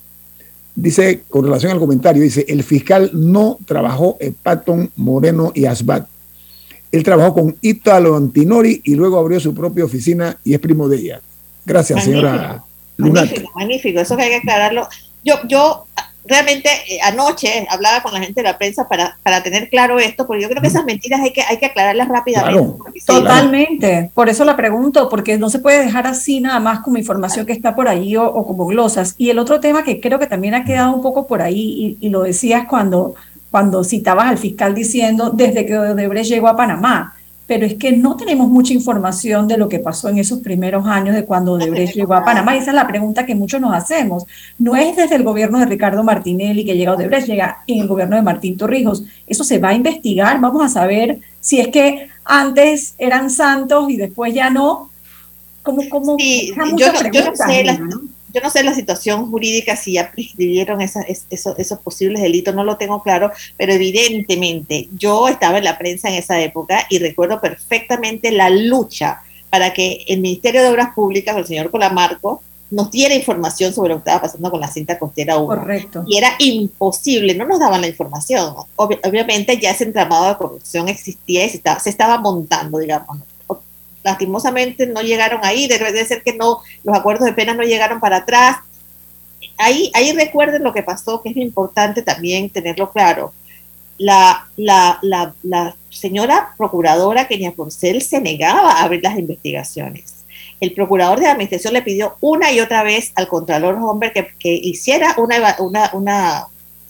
Dice, con relación al comentario, dice, el fiscal no trabajó en Patton, Moreno y Asbat. Él trabajó con Italo Antinori y luego abrió su propia oficina y es primo de ella. Gracias, magnífico, señora Lunat. Magnífico, eso que hay que aclararlo. Yo realmente anoche hablaba con la gente de la prensa para tener claro esto, porque yo creo que esas mentiras hay que aclararlas rápidamente. Claro, totalmente, por eso la pregunto, porque no se puede dejar así nada más como información que está por ahí o como glosas. Y el otro tema que creo que también ha quedado un poco por ahí, y lo decías cuando citabas al fiscal diciendo desde que Odebrecht llegó a Panamá, pero es que no tenemos mucha información de lo que pasó en esos primeros años de cuando Odebrecht llegó a Panamá. Y esa es la pregunta que muchos nos hacemos. No es desde el gobierno de Ricardo Martinelli que llega Odebrecht, llega en el gobierno de Martín Torrijos. Eso se va a investigar, vamos a saber si es que antes eran santos y después ya no. Sí, yo no sé la situación jurídica, si ya prescribieron esos posibles delitos, no lo tengo claro, pero evidentemente yo estaba en la prensa en esa época y recuerdo perfectamente la lucha para que el Ministerio de Obras Públicas, el señor Colamarco, nos diera información sobre lo que estaba pasando con la cinta costera 1. Correcto. Y era imposible, no nos daban la información. Obviamente ya ese entramado de corrupción existía y se estaba montando, digamos, ¿no? Lastimosamente no llegaron ahí, debe ser que no, los acuerdos de pena no llegaron para atrás. Ahí recuerden lo que pasó, que es importante también tenerlo claro. La señora procuradora Kenia Porcel se negaba a abrir las investigaciones. El procurador de la administración le pidió una y otra vez al contralor Homberg que hiciera una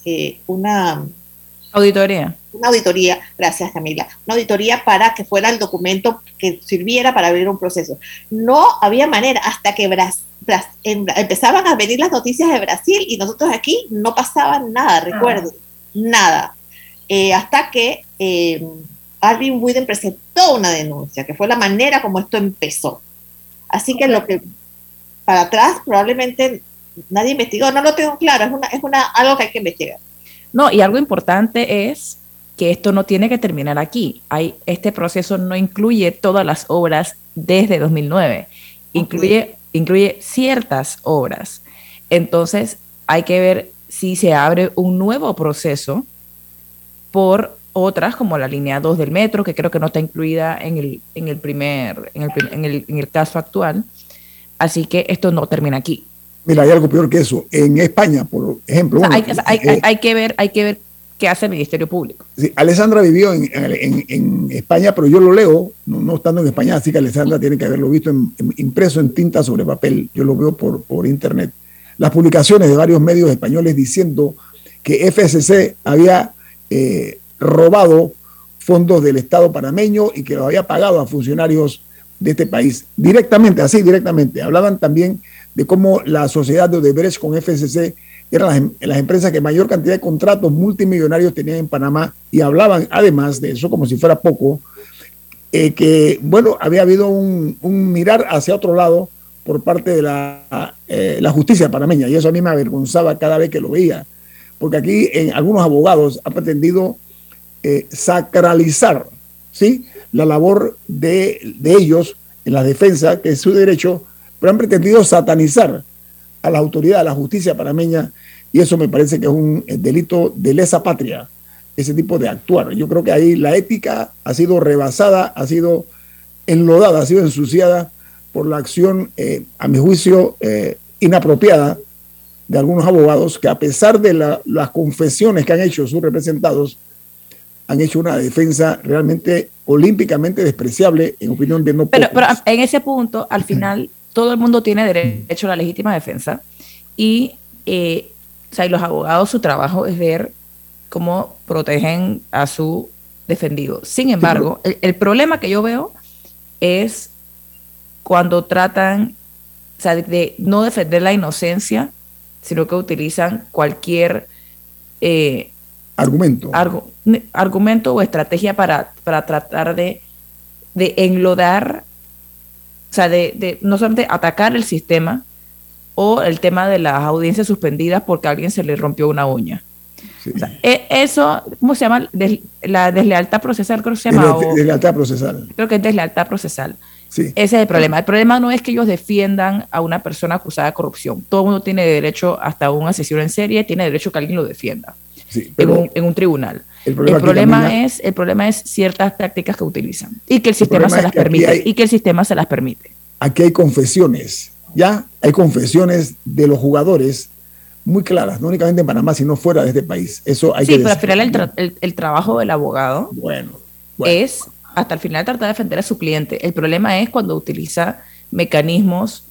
auditoría. Una auditoría, gracias Camila, una auditoría para que fuera el documento que sirviera para abrir un proceso. No había manera, hasta que empezaban a venir las noticias de Brasil y nosotros aquí no pasaba nada, recuerden, nada. Hasta que Arvin Widen presentó una denuncia, que fue la manera como esto empezó. Así que lo que para atrás probablemente nadie investigó, no lo tengo claro, es algo que hay que investigar. No, y algo importante es que esto no tiene que terminar aquí. Este proceso no incluye todas las obras desde 2009, incluye ciertas obras. Entonces, hay que ver si se abre un nuevo proceso por otras, como la línea 2 del metro, que creo que no está incluida en el caso actual. Así que esto no termina aquí. Mira, hay algo peor que eso. En España, por ejemplo. Hay que ver qué hace el Ministerio Público. Sí, Alessandra vivió en España, pero yo lo leo, no estando en España, así que Alessandra tiene que haberlo visto impreso en tinta sobre papel. Yo lo veo por internet. Las publicaciones de varios medios españoles diciendo que FCC había robado fondos del Estado panameño y que los había pagado a funcionarios de este país. Directamente. Hablaban también de cómo la sociedad de Odebrecht con FCC eran las empresas que mayor cantidad de contratos multimillonarios tenían en Panamá, y hablaban además de eso, como si fuera poco, que bueno, había habido un mirar hacia otro lado por parte de la justicia panameña, y eso a mí me avergonzaba cada vez que lo veía, porque aquí algunos abogados han pretendido sacralizar, ¿sí?, la labor de ellos en la defensa, que es su derecho, pero han pretendido satanizar a la autoridad, a la justicia panameña, y eso me parece que es un delito de lesa patria, ese tipo de actuar. Yo creo que ahí la ética ha sido rebasada, ha sido enlodada, ha sido ensuciada por la acción, a mi juicio, inapropiada de algunos abogados que, a pesar de las confesiones que han hecho sus representados, han hecho una defensa realmente olímpicamente despreciable, en opinión de no pocos. Pero en ese punto, al final, todo el mundo tiene derecho a la legítima defensa, y los abogados, su trabajo es ver cómo protegen a su defendido. Sin embargo, el problema que yo veo es cuando tratan, de no defender la inocencia, sino que utilizan cualquier argumento o estrategia para tratar de enlodar, de no solamente atacar el sistema, o el tema de las audiencias suspendidas porque a alguien se le rompió una uña. Sí. O sea, eso, ¿cómo se llama? La deslealtad procesal, creo que se llama. Deslealtad procesal. Creo que es deslealtad procesal. Sí. Ese es el problema. El problema no es que ellos defiendan a una persona acusada de corrupción. Todo el mundo tiene derecho, hasta un asesino en serie, tiene derecho a que alguien lo defienda en un tribunal. El problema es ciertas prácticas que utilizan y que el sistema se las permite. Aquí hay confesiones, ¿ya? Hay confesiones de los jugadores muy claras, no únicamente en Panamá, sino fuera de este país. Eso hay que decir. Pero al final el trabajo del abogado es hasta el final tratar de defender a su cliente. El problema es cuando utiliza mecanismos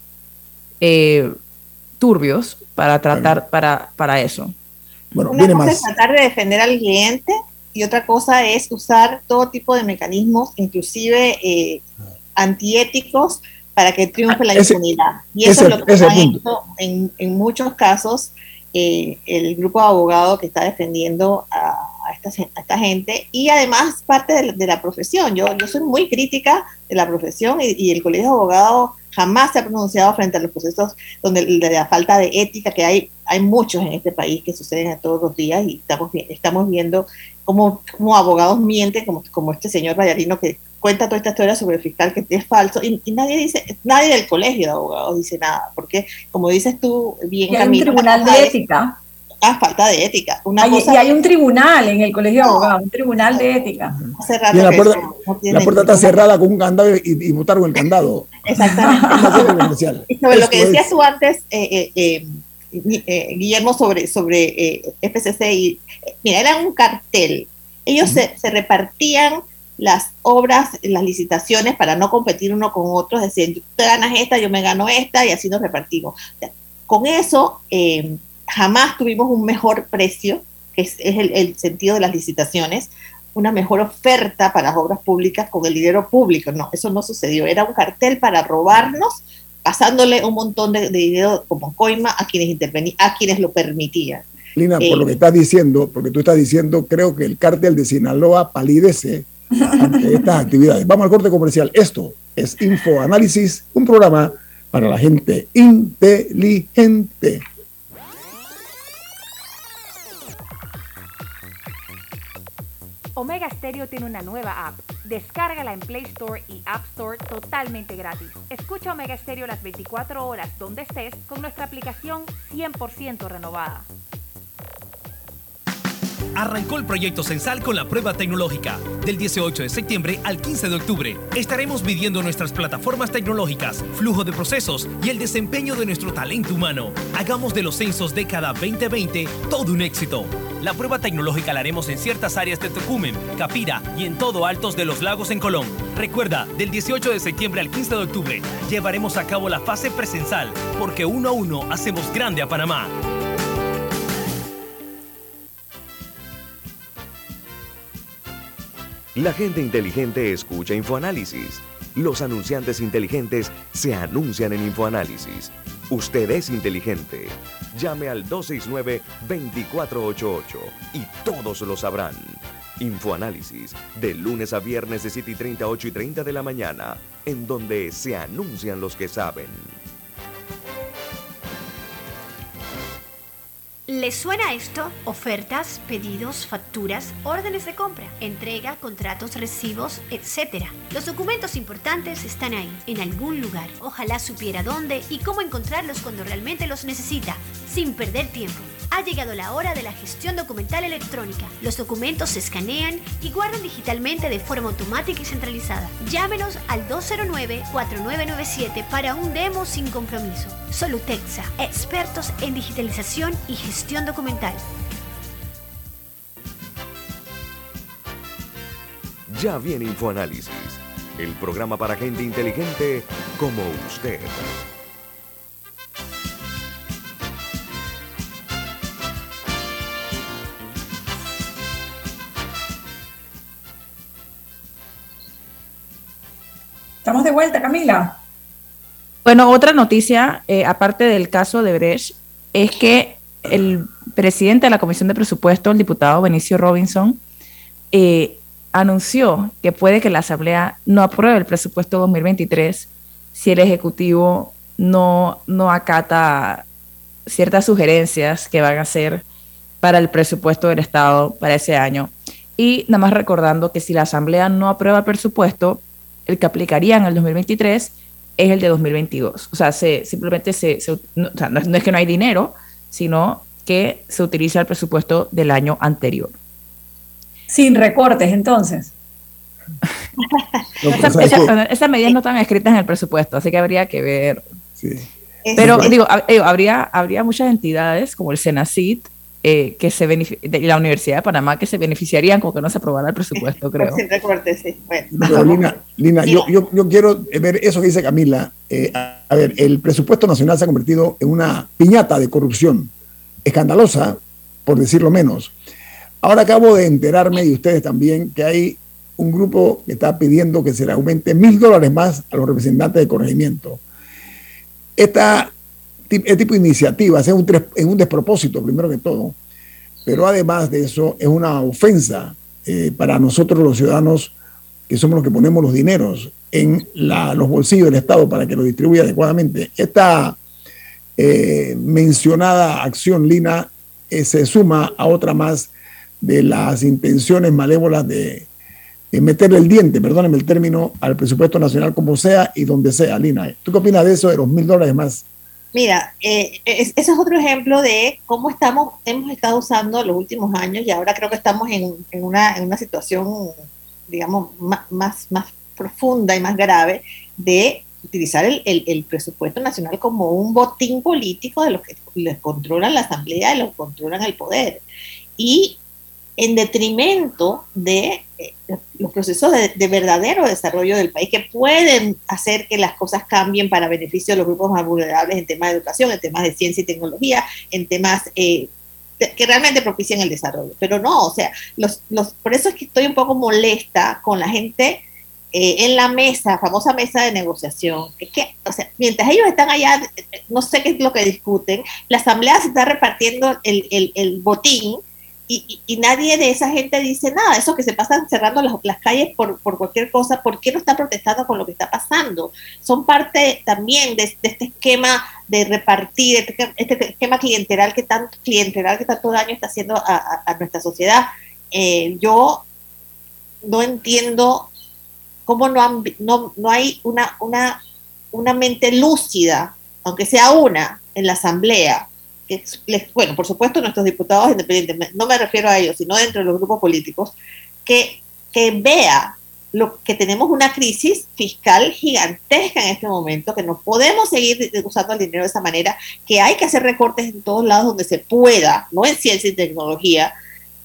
turbios para tratar para eso. Bueno, una cosa es tratar de defender al cliente y otra cosa es usar todo tipo de mecanismos, inclusive antiéticos, para que triunfe la impunidad. Y eso es lo que ha hecho en muchos casos el grupo de abogados que está defendiendo a esta gente, y además parte de la profesión. Yo soy muy crítica de la profesión y el Colegio de Abogados jamás se ha pronunciado frente a los procesos donde la falta de ética que hay muchos en este país que suceden todos los días, y estamos viendo cómo abogados mienten, como este señor Vallarino que cuenta toda esta historia sobre el fiscal que es falso, y nadie del Colegio de Abogados dice nada, porque como dices tú bien, Camila, hay un tribunal de ética. Falta de ética. Y hay un tribunal en el Colegio de Abogados, un tribunal de ética. Y la puerta está cerrada con un candado y botaron el candado. Exactamente. Y sobre lo que decías tú antes, Guillermo, sobre FCC, mira, era un cartel. Ellos se repartían las obras, las licitaciones para no competir uno con otro, es decir, tú te ganas esta, yo me gano esta, y así nos repartimos. O sea, con eso jamás tuvimos un mejor precio, que es el sentido de las licitaciones, una mejor oferta para las obras públicas con el dinero público. No, eso no sucedió. Era un cartel para robarnos, pasándole un montón de dinero como coima a quienes lo permitían. Lina, por lo que estás diciendo, porque tú estás diciendo, creo que el cártel de Sinaloa palidece ante estas actividades. Vamos al corte comercial. Esto es Infoanálisis, un programa para la gente inteligente. Omega Stereo tiene una nueva app. Descárgala en Play Store y App Store totalmente gratis. Escucha Omega Stereo las 24 horas donde estés con nuestra aplicación 100% renovada. Arrancó el proyecto Censal con la prueba tecnológica. Del 18 de septiembre al 15 de octubre estaremos midiendo nuestras plataformas tecnológicas, flujo de procesos y el desempeño de nuestro talento humano. Hagamos de los censos década 2020 todo un éxito. La prueba tecnológica la haremos en ciertas áreas de Tocumen, Capira y en todo Altos de los Lagos en Colón. Recuerda, del 18 de septiembre al 15 de octubre llevaremos a cabo la fase presensal, porque uno a uno hacemos grande a Panamá. La gente inteligente escucha Infoanálisis. Los anunciantes inteligentes se anuncian en Infoanálisis. Usted es inteligente. Llame al 269-2488 y todos lo sabrán. Infoanálisis, de lunes a viernes de 7:30 a 8:30 de la mañana, en donde se anuncian los que saben. ¿Les suena esto? Ofertas, pedidos, facturas, órdenes de compra, entrega, contratos, recibos, etc. Los documentos importantes están ahí, en algún lugar. Ojalá supiera dónde y cómo encontrarlos cuando realmente los necesita, sin perder tiempo. Ha llegado la hora de la gestión documental electrónica. Los documentos se escanean y guardan digitalmente de forma automática y centralizada. Llámenos al 209-4997 para un demo sin compromiso. Solutexa, expertos en digitalización y gestión documental. Ya viene Infoanálisis, el programa para gente inteligente como usted. Estamos de vuelta, Camila. Bueno, otra noticia, aparte del caso de Brecht, es que el presidente de la Comisión de Presupuesto, el diputado Benicio Robinson, anunció que puede que la Asamblea no apruebe el presupuesto 2023 si el Ejecutivo no acata ciertas sugerencias que van a hacer para el presupuesto del Estado para ese año. Y nada más recordando que si la Asamblea no aprueba el presupuesto, el que aplicaría en el 2023 es el de 2022. O sea, simplemente no es que no hay dinero, sino que se utiliza el presupuesto del año anterior. Sin recortes, entonces. Esas medidas no están escritas en el presupuesto, así que habría que ver. Sí. Pero habría muchas entidades como el Senacit, de la Universidad de Panamá, que se beneficiarían con que no se aprobara el presupuesto, creo. Sin recortes, sí. Bueno. Pero Lina, yo quiero ver eso que dice Camila. A ver, el presupuesto nacional se ha convertido en una piñata de corrupción escandalosa, por decirlo menos. Ahora acabo de enterarme, y ustedes también, que hay un grupo que está pidiendo que se le aumente $1,000 más a los representantes de corregimiento. Este tipo de iniciativas es un despropósito, primero que todo, pero además de eso es una ofensa para nosotros los ciudadanos, que somos los que ponemos los dineros en los bolsillos del Estado para que lo distribuya adecuadamente. Esta mencionada acción, Lina, se suma a otra más de las intenciones malévolas de meterle el diente, perdónenme el término, al presupuesto nacional como sea y donde sea. Lina, ¿tú qué opinas de eso, de los $1,000 más? Mira, ese es otro ejemplo de cómo hemos estado usando los últimos años, y ahora creo que estamos en una situación, digamos, más profunda y más grave, de utilizar el presupuesto nacional como un botín político de los que les controlan la Asamblea y los controlan el poder. Y en detrimento de los procesos de verdadero desarrollo del país, que pueden hacer que las cosas cambien para beneficio de los grupos más vulnerables en temas de educación, en temas de ciencia y tecnología, en temas que realmente propician el desarrollo. Pero no, o sea, por eso es que estoy un poco molesta con la gente en la famosa mesa de negociación, o sea, mientras ellos están allá, no sé qué es lo que discuten, la Asamblea se está repartiendo el botín, y nadie de esa gente dice nada. Esos que se pasan cerrando las calles por cualquier cosa, ¿por qué no están protestando con lo que está pasando? Son parte también de este esquema de repartir, este esquema clientelar que tanto daño está haciendo a nuestra sociedad. Yo no entiendo cómo no hay una mente lúcida, aunque sea en la Asamblea. Bueno, por supuesto nuestros diputados independientes, no me refiero a ellos, sino dentro de los grupos políticos, que vea que tenemos una crisis fiscal gigantesca en este momento, que no podemos seguir usando el dinero de esa manera, que hay que hacer recortes en todos lados donde se pueda, no en ciencia y tecnología,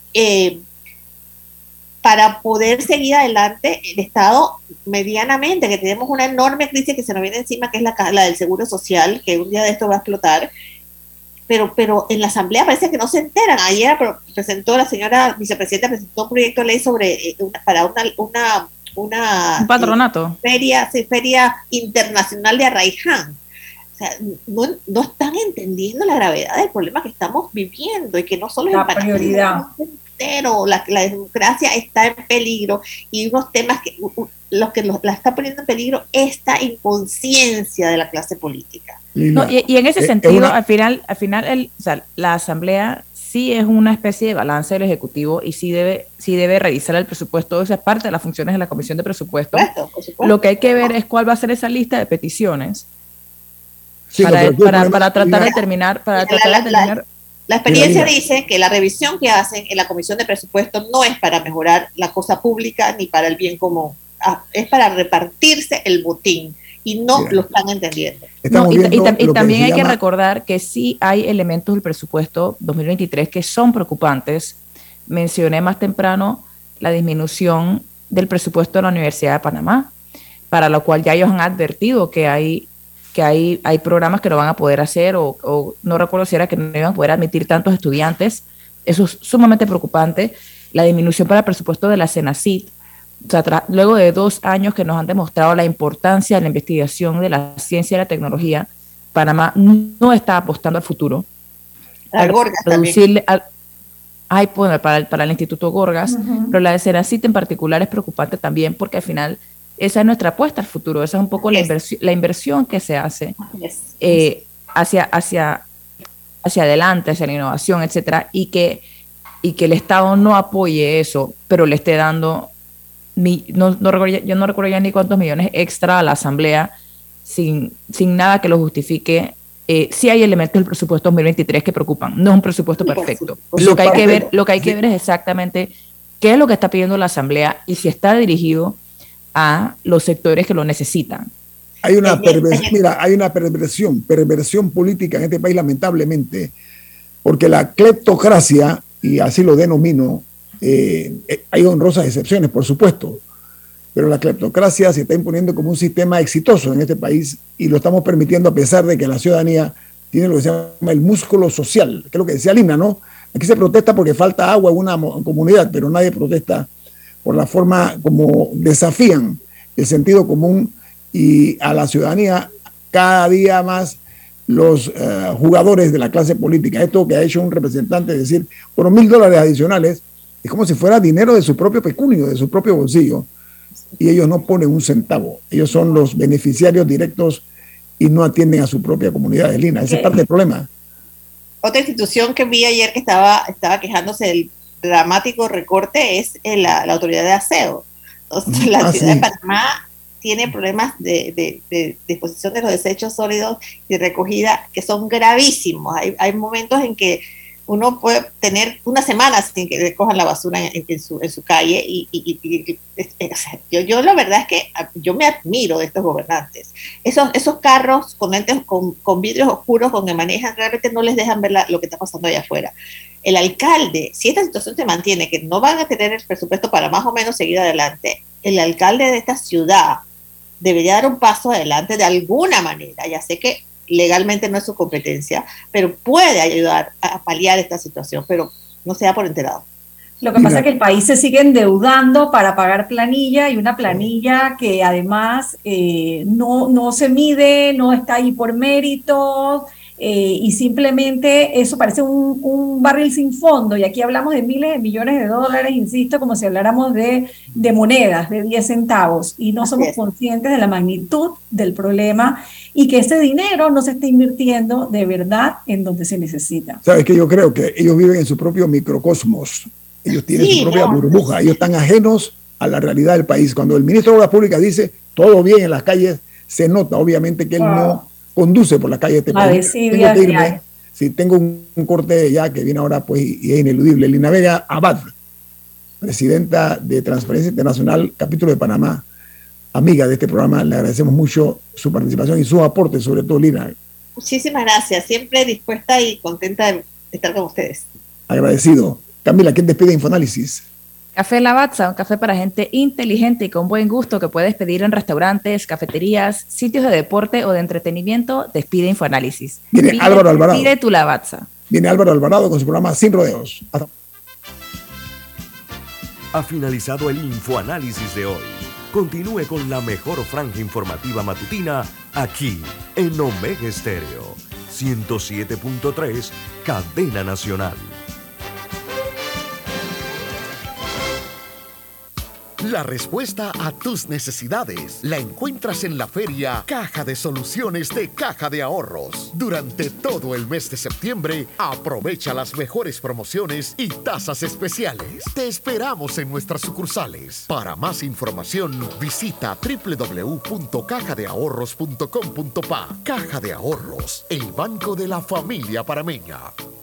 para poder seguir adelante el Estado medianamente, que tenemos una enorme crisis que se nos viene encima, que es la del seguro social, que un día de esto va a explotar. Pero en la Asamblea parece que no se enteran. Ayer la señora vicepresidenta presentó un proyecto de ley para un patronato. Feria internacional de Arraiján. O sea, no están entendiendo la gravedad del problema que estamos viviendo, y que no solo es la prioridad. La democracia está en peligro, y unos temas que la está poniendo en peligro esta inconsciencia de la clase política. No, y en ese sentido, al final la Asamblea sí es una especie de balance del Ejecutivo, y sí debe revisar el presupuesto. Esa es parte de las funciones de la Comisión de Presupuesto. Por supuesto. Lo que hay que ver es cuál va a ser esa lista de peticiones para tratar de terminar. La experiencia dice que la revisión que hacen en la Comisión de Presupuesto no es para mejorar la cosa pública ni para el bien común, es para repartirse el botín, y no lo están entendiendo. Y también hay que recordar que sí hay elementos del presupuesto 2023 que son preocupantes. Mencioné más temprano la disminución del presupuesto de la Universidad de Panamá, para lo cual ya ellos han advertido que hay programas que no van a poder hacer, o no recuerdo si era que no iban a poder admitir tantos estudiantes. Eso es sumamente preocupante. La disminución para el presupuesto de la Senacit, o sea, luego de 2 años que nos han demostrado la importancia de la investigación de la ciencia y la tecnología, Panamá no está apostando al futuro. Al Gorgas también. Para el Instituto Gorgas, pero la de Senacit en particular es preocupante también, porque al final esa es nuestra apuesta al futuro, esa es un poco la inversión que se hace hacia adelante, hacia la innovación, etcétera, y que el Estado no apoye eso, pero le esté dando, yo no recuerdo ya ni cuántos millones extra a la Asamblea sin nada que lo justifique. Sí hay elementos del presupuesto 2023 que preocupan, no es un presupuesto perfecto. Lo que hay que ver es exactamente qué es lo que está pidiendo la Asamblea y si está dirigido a los sectores que lo necesitan. Hay una perversión política en este país, lamentablemente, porque la cleptocracia, y así lo denomino, hay honrosas excepciones, por supuesto, pero la cleptocracia se está imponiendo como un sistema exitoso en este país y lo estamos permitiendo a pesar de que la ciudadanía tiene lo que se llama el músculo social, que es lo que decía Lina, ¿no? Aquí se protesta porque falta agua en una comunidad, pero nadie protesta por la forma como desafían el sentido común y a la ciudadanía cada día más los jugadores de la clase política. Esto que ha hecho un representante, decir, por $1,000 adicionales, es como si fuera dinero de su propio pecunio, de su propio bolsillo, y ellos no ponen un centavo. Ellos son los beneficiarios directos y no atienden a su propia comunidad. Lina, esa es parte del problema. Otra institución que vi ayer que estaba quejándose del dramático recorte es la Autoridad de Aseo. Entonces, la ciudad de Panamá tiene problemas de disposición de los desechos sólidos y recogida que son gravísimos. Hay momentos en que uno puede tener una semana sin que recojan la basura en su calle yo la verdad es que yo me admiro de estos gobernantes. Esos carros con lentes con vidrios oscuros con que manejan realmente no les dejan ver lo que está pasando allá afuera. El alcalde, si esta situación se mantiene, que no van a tener el presupuesto para más o menos seguir adelante, el alcalde de esta ciudad debería dar un paso adelante de alguna manera. Ya sé que legalmente no es su competencia, pero puede ayudar a paliar esta situación, pero no se da por enterado. Lo que pasa es que el país se sigue endeudando para pagar planilla, y una planilla que además no se mide, no está ahí por mérito, y simplemente eso parece un barril sin fondo, y aquí hablamos de miles de millones de dólares, insisto, como si habláramos de monedas de 10 centavos, y no somos conscientes de la magnitud del problema y que ese dinero no se está invirtiendo de verdad en donde se necesita. ¿Sabes qué? Yo creo que ellos viven en su propio microcosmos, ellos tienen su propia burbuja, ellos están ajenos a la realidad del país. Cuando el ministro de Obras Públicas dice todo bien en las calles, se nota obviamente que él no conduce por la calle de este país. Tengo que irme. Sí, tengo un corte ya que viene ahora, pues, y es ineludible. Lina Vega Abad, presidenta de Transparencia Internacional, capítulo de Panamá, amiga de este programa, le agradecemos mucho su participación y sus aportes, sobre todo, Lina. Muchísimas gracias, siempre dispuesta y contenta de estar con ustedes. Agradecido. Camila, ¿quién despide Infoanálisis? Café Lavazza, un café para gente inteligente y con buen gusto que puedes pedir en restaurantes, cafeterías, sitios de deporte o de entretenimiento. Despide Infoanálisis. Viene Álvaro Alvarado. Pide tu Lavazza. Viene Álvaro Alvarado con su programa Sin Rodeos. Ha finalizado el Infoanálisis de hoy. Continúe con la mejor franja informativa matutina aquí en Omega Estéreo 107.3, Cadena Nacional. La respuesta a tus necesidades la encuentras en la feria Caja de Soluciones de Caja de Ahorros. Durante todo el mes de septiembre, aprovecha las mejores promociones y tasas especiales. Te esperamos en nuestras sucursales. Para más información, visita www.cajadeahorros.com.pa. Caja de Ahorros, el banco de la familia panameña.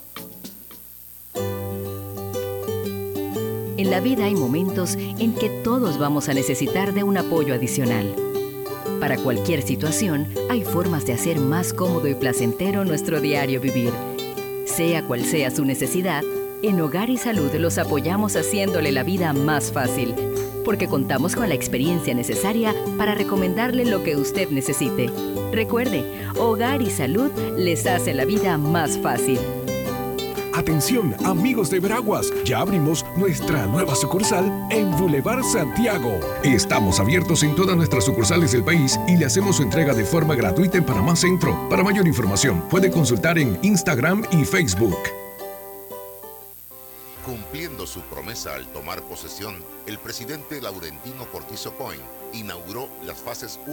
En la vida hay momentos en que todos vamos a necesitar de un apoyo adicional. Para cualquier situación, hay formas de hacer más cómodo y placentero nuestro diario vivir. Sea cual sea su necesidad, en Hogar y Salud los apoyamos haciéndole la vida más fácil, porque contamos con la experiencia necesaria para recomendarle lo que usted necesite. Recuerde, Hogar y Salud les hace la vida más fácil. Atención, amigos de Veraguas, ya abrimos nuestra nueva sucursal en Boulevard Santiago. Estamos abiertos en todas nuestras sucursales del país y le hacemos su entrega de forma gratuita en Panamá Centro. Para mayor información, puede consultar en Instagram y Facebook. Cumpliendo su promesa al tomar posesión, el presidente Laurentino Cortizo Coin inauguró las fases